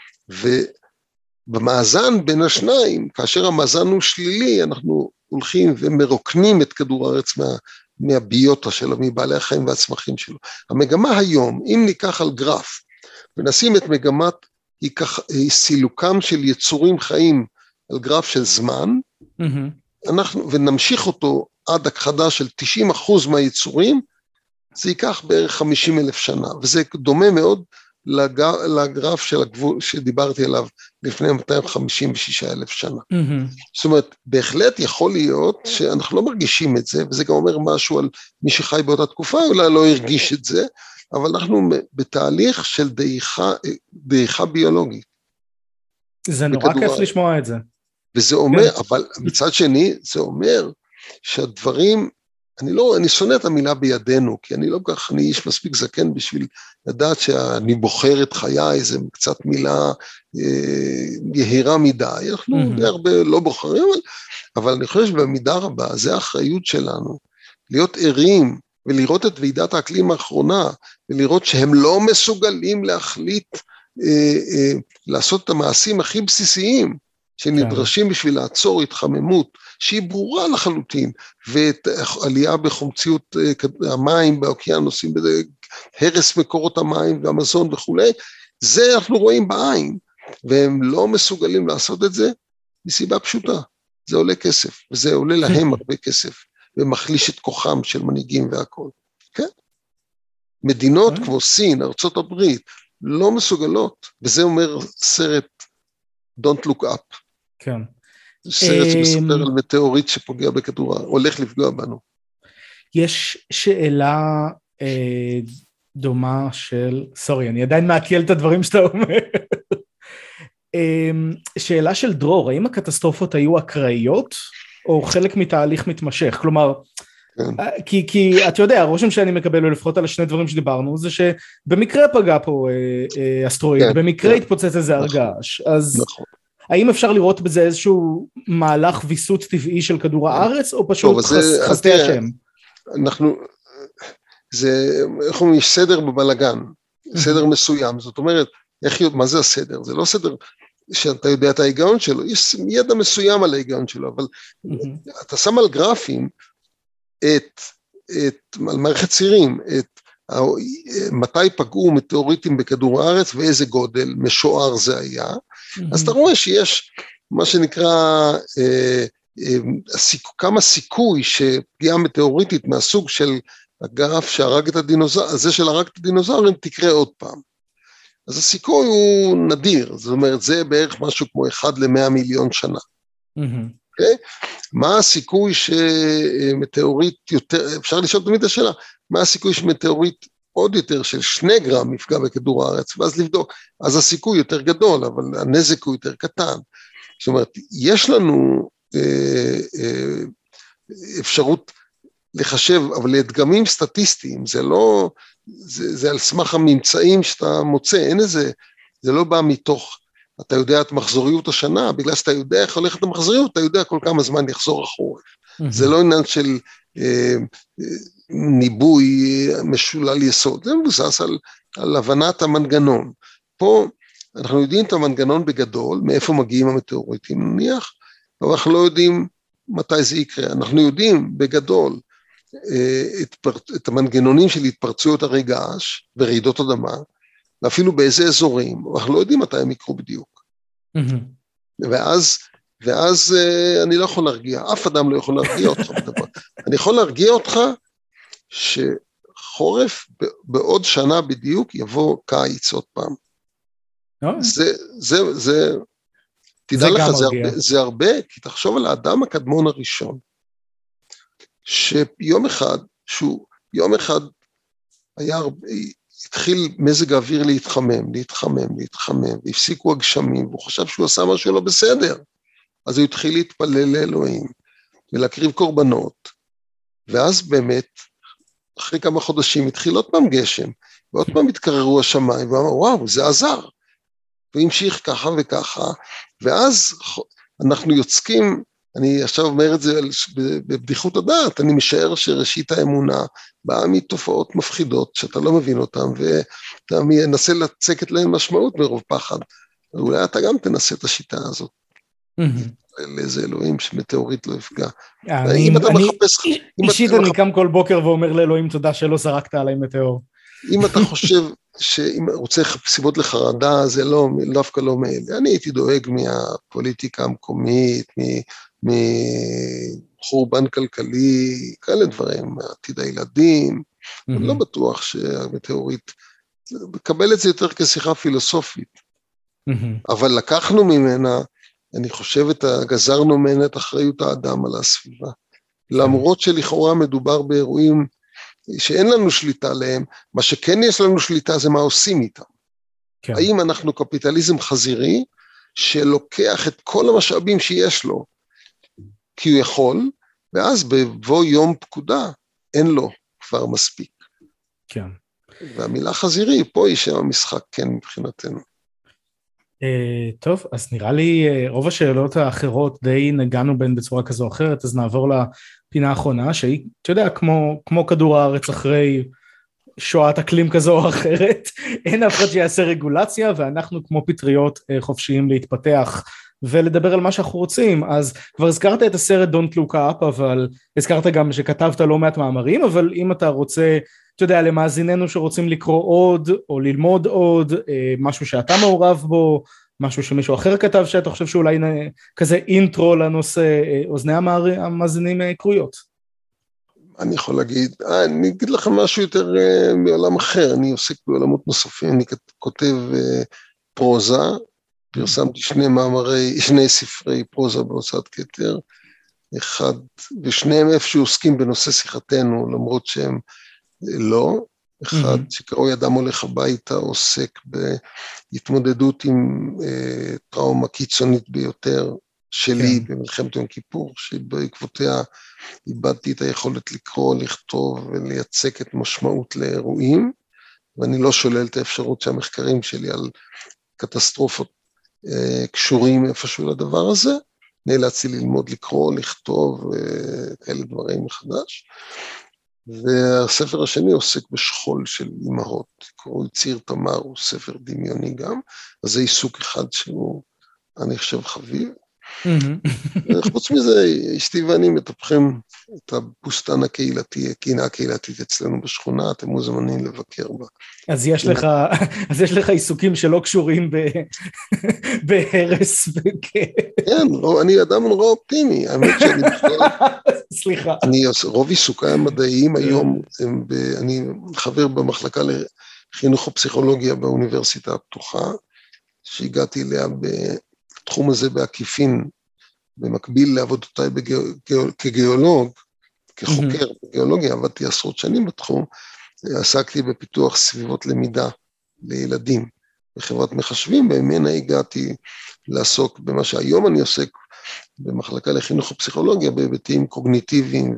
ובמאזן בין השניים, כאשר המאזן הוא שלילי, אנחנו הולכים ומרוקנים את כדור הארץ מהביוטה שלו, מבעלי החיים והצמחים שלו. המגמה היום, אם ניקח על גרף, ונשים את מגמת סילוקם של יצורים חיים על גרף של זמן, ונמשיך אותו עד הכחדה של 90% מהיצורים, זה ייקח בערך 50,000 שנה, וזה דומה מאוד לגרף של הגבול שדיברתי עליו לפני 256,000 שנה. זאת אומרת, בהחלט יכול להיות שאנחנו לא מרגישים את זה, וזה גם אומר משהו על מי שחי באותה תקופה, אולי לא הרגיש את זה, אבל אנחנו בתהליך של דעיכה ביולוגית. זה נורא כיף לשמוע את זה. וזה אומר, אבל מצד שני, זה אומר שהדברים, אני שונא את המילה בידינו, כי אני לא כך, אני איש מספיק זקן בשביל לדעת שאני בוחר את חיי, זה קצת מילה יהירה מדי, אנחנו די הרבה לא בוחרים, אבל אני חושב שבמידה רבה, זה האחריות שלנו, להיות ערים, ולראות את ועידת האקלים האחרונה, ולראות שהם לא מסוגלים להחליט, לעשות את המעשים הכי בסיסיים, שנדרשים בשביל לעצור התחממות, שהיא ברורה לחלוטין, ואת עלייה בחומציות המים באוקיינוסים, הרס מקורות המים והמזון וכו', זה אנחנו רואים בעין, והם לא מסוגלים לעשות את זה, מסיבה פשוטה, זה עולה כסף, וזה עולה להם הרבה כסף, ומחליש את כוחם של מנהיגים והכל, כן? מדינות כמו סין, ארצות הברית, לא מסוגלות, וזה אומר סרט Don't Look Up. כן. סרט שמספר על מטאוריט שפוגע בכדור, הולך לפגוע בנו. יש שאלה דומה של, סורי, אני עדיין מעכל את הדברים שאתה אומר. שאלה של דרור, האם הקטסטרופות היו אקראיות, או חלק מתהליך מתמשך? כלומר, כי אתה יודע, הרושם שאני מקבל, לפחות על השני דברים שדיברנו, זה שבמקרה פגע פה אסטרואיד, במקרה התפוצץ איזה הרגש, אז האם אפשר לראות בזה איזשהו מהלך ויסות טבעי של כדור הארץ, או פשוט חסדי השם? יש סדר בבלגן, סדר מסוים, זאת אומרת, מה זה הסדר? זה לא סדר שאתה יודע את ההיגיון שלו, יש ידע מסוים על ההיגיון שלו, אבל אתה שם על גרפים, על מערכת צירים, מתי פגעו מטאוריטים בכדור הארץ, ואיזה גודל משוער זה היה, אז אתה רואה שיש מה שנקרא, כמה סיכוי שפגיעה מטאוריטית מהסוג של הגרף שהרג את הדינוזאור, זה של הרג את הדינוזאורים תקרה עוד פעם. אז הסיכוי הוא נדיר, זאת אומרת, זה בערך משהו כמו 1 ל-100 מיליון שנה. Okay? מה הסיכוי שמטאוריט יותר, אפשר לשאול תמיד את השאלה, מה הסיכוי שמטאוריט עוד יותר של 2 גרם מפגע בכדור הארץ, ואז לבדוק, אז הסיכוי יותר גדול, אבל הנזק הוא יותר קטן. זאת אומרת, יש לנו אפשרות לחשב, אבל לדגמים סטטיסטיים, זה לא, זה על סמך הממצאים שאתה מוצא, אין איזה, זה לא בא מתוך, אתה יודע את מחזוריות השנה, בגלל שאתה יודע איך הולכת המחזוריות, אתה יודע כל כמה זמן יחזור החורף. זה לא עניין של ניבוי משולל יסוד, זה מבוסס על הבנת המנגנון. פה אנחנו יודעים את המנגנון בגדול, מאיפה מגיעים המטאוריטים נניח, אבל אנחנו לא יודעים מתי זה יקרה. אנחנו יודעים בגדול את המנגנונים של התפרצויות הרי געש ורעידות אדמה, ואפילו באיזה אזורים, אנחנו לא יודעים מתי הם יקרו בדיוק. ואז אני לא יכול להרגיע, אף אדם לא יכול להרגיע אותך. אני יכול להרגיע אותך שחורף בעוד שנה בדיוק יבוא קיץ עוד פעם. תדע לך, זה הרבה, כי תחשוב על האדם הקדמון הראשון, שיום אחד היה התחיל מזג האוויר להתחמם, והפסיקו הגשמים, והוא חשב שהוא עשה משהו לא בסדר, אז הוא התחיל להתפלל לאלוהים, ולהקריב קורבנות, ואז באמת, אחרי כמה חודשים, התחיל עוד פעם גשם, ועוד פעם התקררו השמיים, ואמר, וואו, זה עזר, והמשיך ככה וככה, ואז אנחנו יוצקים אני עכשיו אומר את זה בבדיחות הדעת, אני משער שראשית האמונה באה מתופעות מפחידות, שאתה לא מבין אותן, ואתה מנסה לצקת להן משמעות מרוב פחד, ואולי אתה גם תנסה את השיטה הזאת. לאיזה אלוהים שמטאורית לא יפגע. אישית אני קם כל בוקר ואומר לאלוהים תודה שלא זרקת עליי מטאור. אם אתה חושב שאם רוצה סיבות לחרדה, זה לא, דווקא לא מאלה. אני הייתי דואג מהפוליטיקה המקומית, מחורבן כלכלי, כאלה דברים, מעתיד הילדים, אני לא בטוח שהמטאורית, מקבל את זה יותר כשיחה פילוסופית, אבל לקחנו ממנה, אני חושב, גזרנו ממנה את אחריות האדם על הסביבה, למרות שלכאורה מדובר באירועים שאין לנו שליטה עליהם, מה שכן יש לנו שליטה זה מה עושים איתם. כן. האם אנחנו קפיטליזם חזירי, שלוקח את כל המשאבים שיש לו, כי הוא יכול, ואז בבוא יום פקודה, אין לו כבר מספיק. כן. והמילה חזירי, פה היא שם המשחק, כן, מבחינתנו. טוב, אז נראה לי רוב השאלות האחרות די נגענו בהן בצורה כזו או אחרת, אז נעבור לפינה האחרונה, שהיא, אתה יודע, כמו כדור הארץ אחרי שואת אקלים כזו או אחרת, אין אף אחד שיעשה רגולציה, ואנחנו כמו פטריות חופשיים להתפתח, ולדבר על מה שאנחנו רוצים. אז כבר הזכרת את הסרט Don't Look Up, אבל הזכרת גם שכתבת לא מעט מאמרים, אבל אם אתה רוצה, אתה יודע, למאזיננו שרוצים לקרוא עוד, או ללמוד עוד, משהו שאתה מעורב בו, משהו שמישהו אחר כתב, שאתה חושב שאולי כזה אינטרו לנושא, אוזני המאזינים קרויות. אני יכול להגיד, אני אגיד לכם משהו יותר מעולם אחר, אני עוסק בעולמות נוספים, אני כותב פרוזה, פרסמתי שני ספרי פרוזה בהוצאת כתר, אחד, ושניהם איפשהו עוסקים בנושא שיחתנו, למרות שהם לא, אחד שקראו אדם הולך הביתה, עוסק בהתמודדות עם טראומה קיצונית ביותר שלי במלחמת יום כיפור, שבעקבותיה איבדתי את היכולת לקרוא, לכתוב ולייצק את משמעות לאירועים, ואני לא שולל את האפשרות שהמחקרים שלי על קטסטרופות קשורים איפשהו לדבר הזה, נאלצתי ללמוד לקרוא, לכתוב, כאלה דברים מחדש, והספר השני עוסק בשכול של אמהות, קוראים ציר תמר, הוא ספר דמיוני גם, אז זה עיסוק אחד שהוא, אני חושב, חביב. חוץ מזה, אשתי ואני מטפחים את הבוסטן הקהילתי, הקינה הקהילתית אצלנו בשכונה, אתם מוזמנים לבקר בה. אז יש לך עיסוקים שלא קשורים בהרס כן, אני אדם נורא אופטימי, האמת שאני סליחה. רוב עיסוקיי המדעיים היום, אני חבר במחלקה לחינוך ופסיכולוגיה באוניברסיטה הפתוחה, שהגעתי אליה בתחום הזה בעקיפין, במקביל לעבודותיי כגיאולוג, כחוקר בגיאולוגיה, עבדתי עשרות שנים בתחום, עסקתי בפיתוח סביבות למידה לילדים בחברת מחשבים, במנה הגעתי לעסוק במה שהיום אני עוסק במחלקה לחינוך ופסיכולוגיה, בהיבטים קוגניטיביים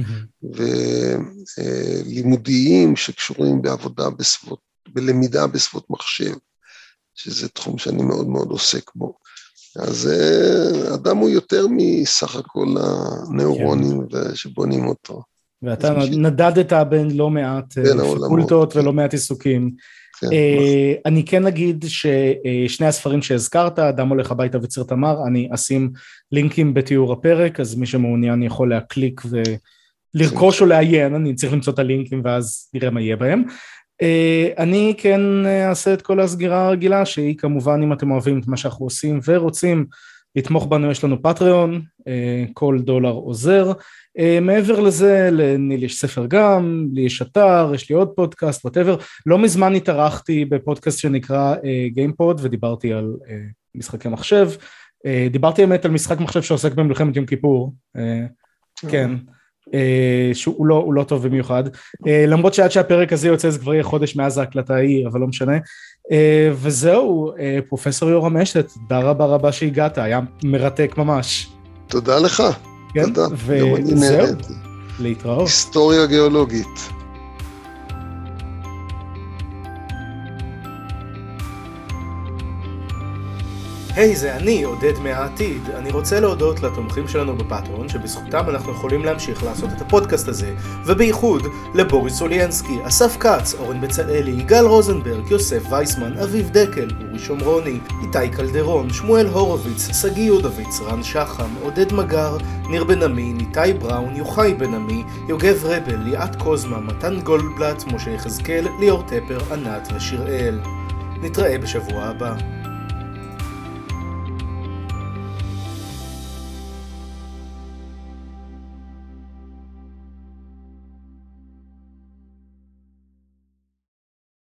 ולימודיים שקשורים בעבודה בלמידה בסביבות מחשב, שזה תחום שאני מאוד מאוד עוסק בו. אז אדם הוא יותר מסך הכל הנאורונים שבונים אותו. ואתה נדדת בין לא מעט פקולטות ולא מעט עיסוקים. אני כן אגיד ששני הספרים שהזכרת, אדם הולך הביתה וציר תמר, אני אשים לינקים בתיאור הפרק, אז מי שמעוניין יכול להקליק ולרכוש או לעיין, אני צריך למצוא את הלינקים ואז נראה מה יהיה בהם. אני כן אעשה את כל הסגירה הרגילה, שהיא כמובן אם אתם אוהבים את מה שאנחנו עושים ורוצים לתמוך בנו, יש לנו פטריון, כל דולר עוזר. מעבר לזה, לניל יש ספר גם, לי יש אתר, יש לי עוד פודקאסט, whatever. לא מזמן התארחתי בפודקאסט שנקרא גיימפוד, ודיברתי על משחקי מחשב. דיברתי באמת על משחק מחשב שעוסק במלחמת יום כיפור, כן, שהוא לא טוב במיוחד, למרות שעד שהפרק הזה יוצא, זה כבר יהיה חודש מאז ההקלטה ההיא, אבל לא משנה. וזהו, פרופסור יורם אשת, תודה רבה רבה שהגעת, היה מרתק ממש. תודה לך. כן, וזהו, להתראות. היסטוריה גיאולוגית. היי, זה אני, עודד מהעתיד. אני רוצה להודות לתומכים שלנו בפטריון, שבזכותם אנחנו יכולים להמשיך לעשות את הפודקאסט הזה, ובייחוד לבוריס אוליינסקי, אסף כץ, אורן בצלאלי, יגאל רוזנברג, יוסף וייסמן, אביב דקל, אורי שומרוני, איתי קלדרון, שמואל הורוביץ, סגי יודוביץ, רן שחם, עודד מגר, ניר בן עמי, ניתי בראון, יוחאי בן עמי, יוגב רבל, ליאת קוזמה, מתן גולדבלט, משה יחזקאל, ליאור טפר, ענת ושיראל. נתראה בשבוע הבא.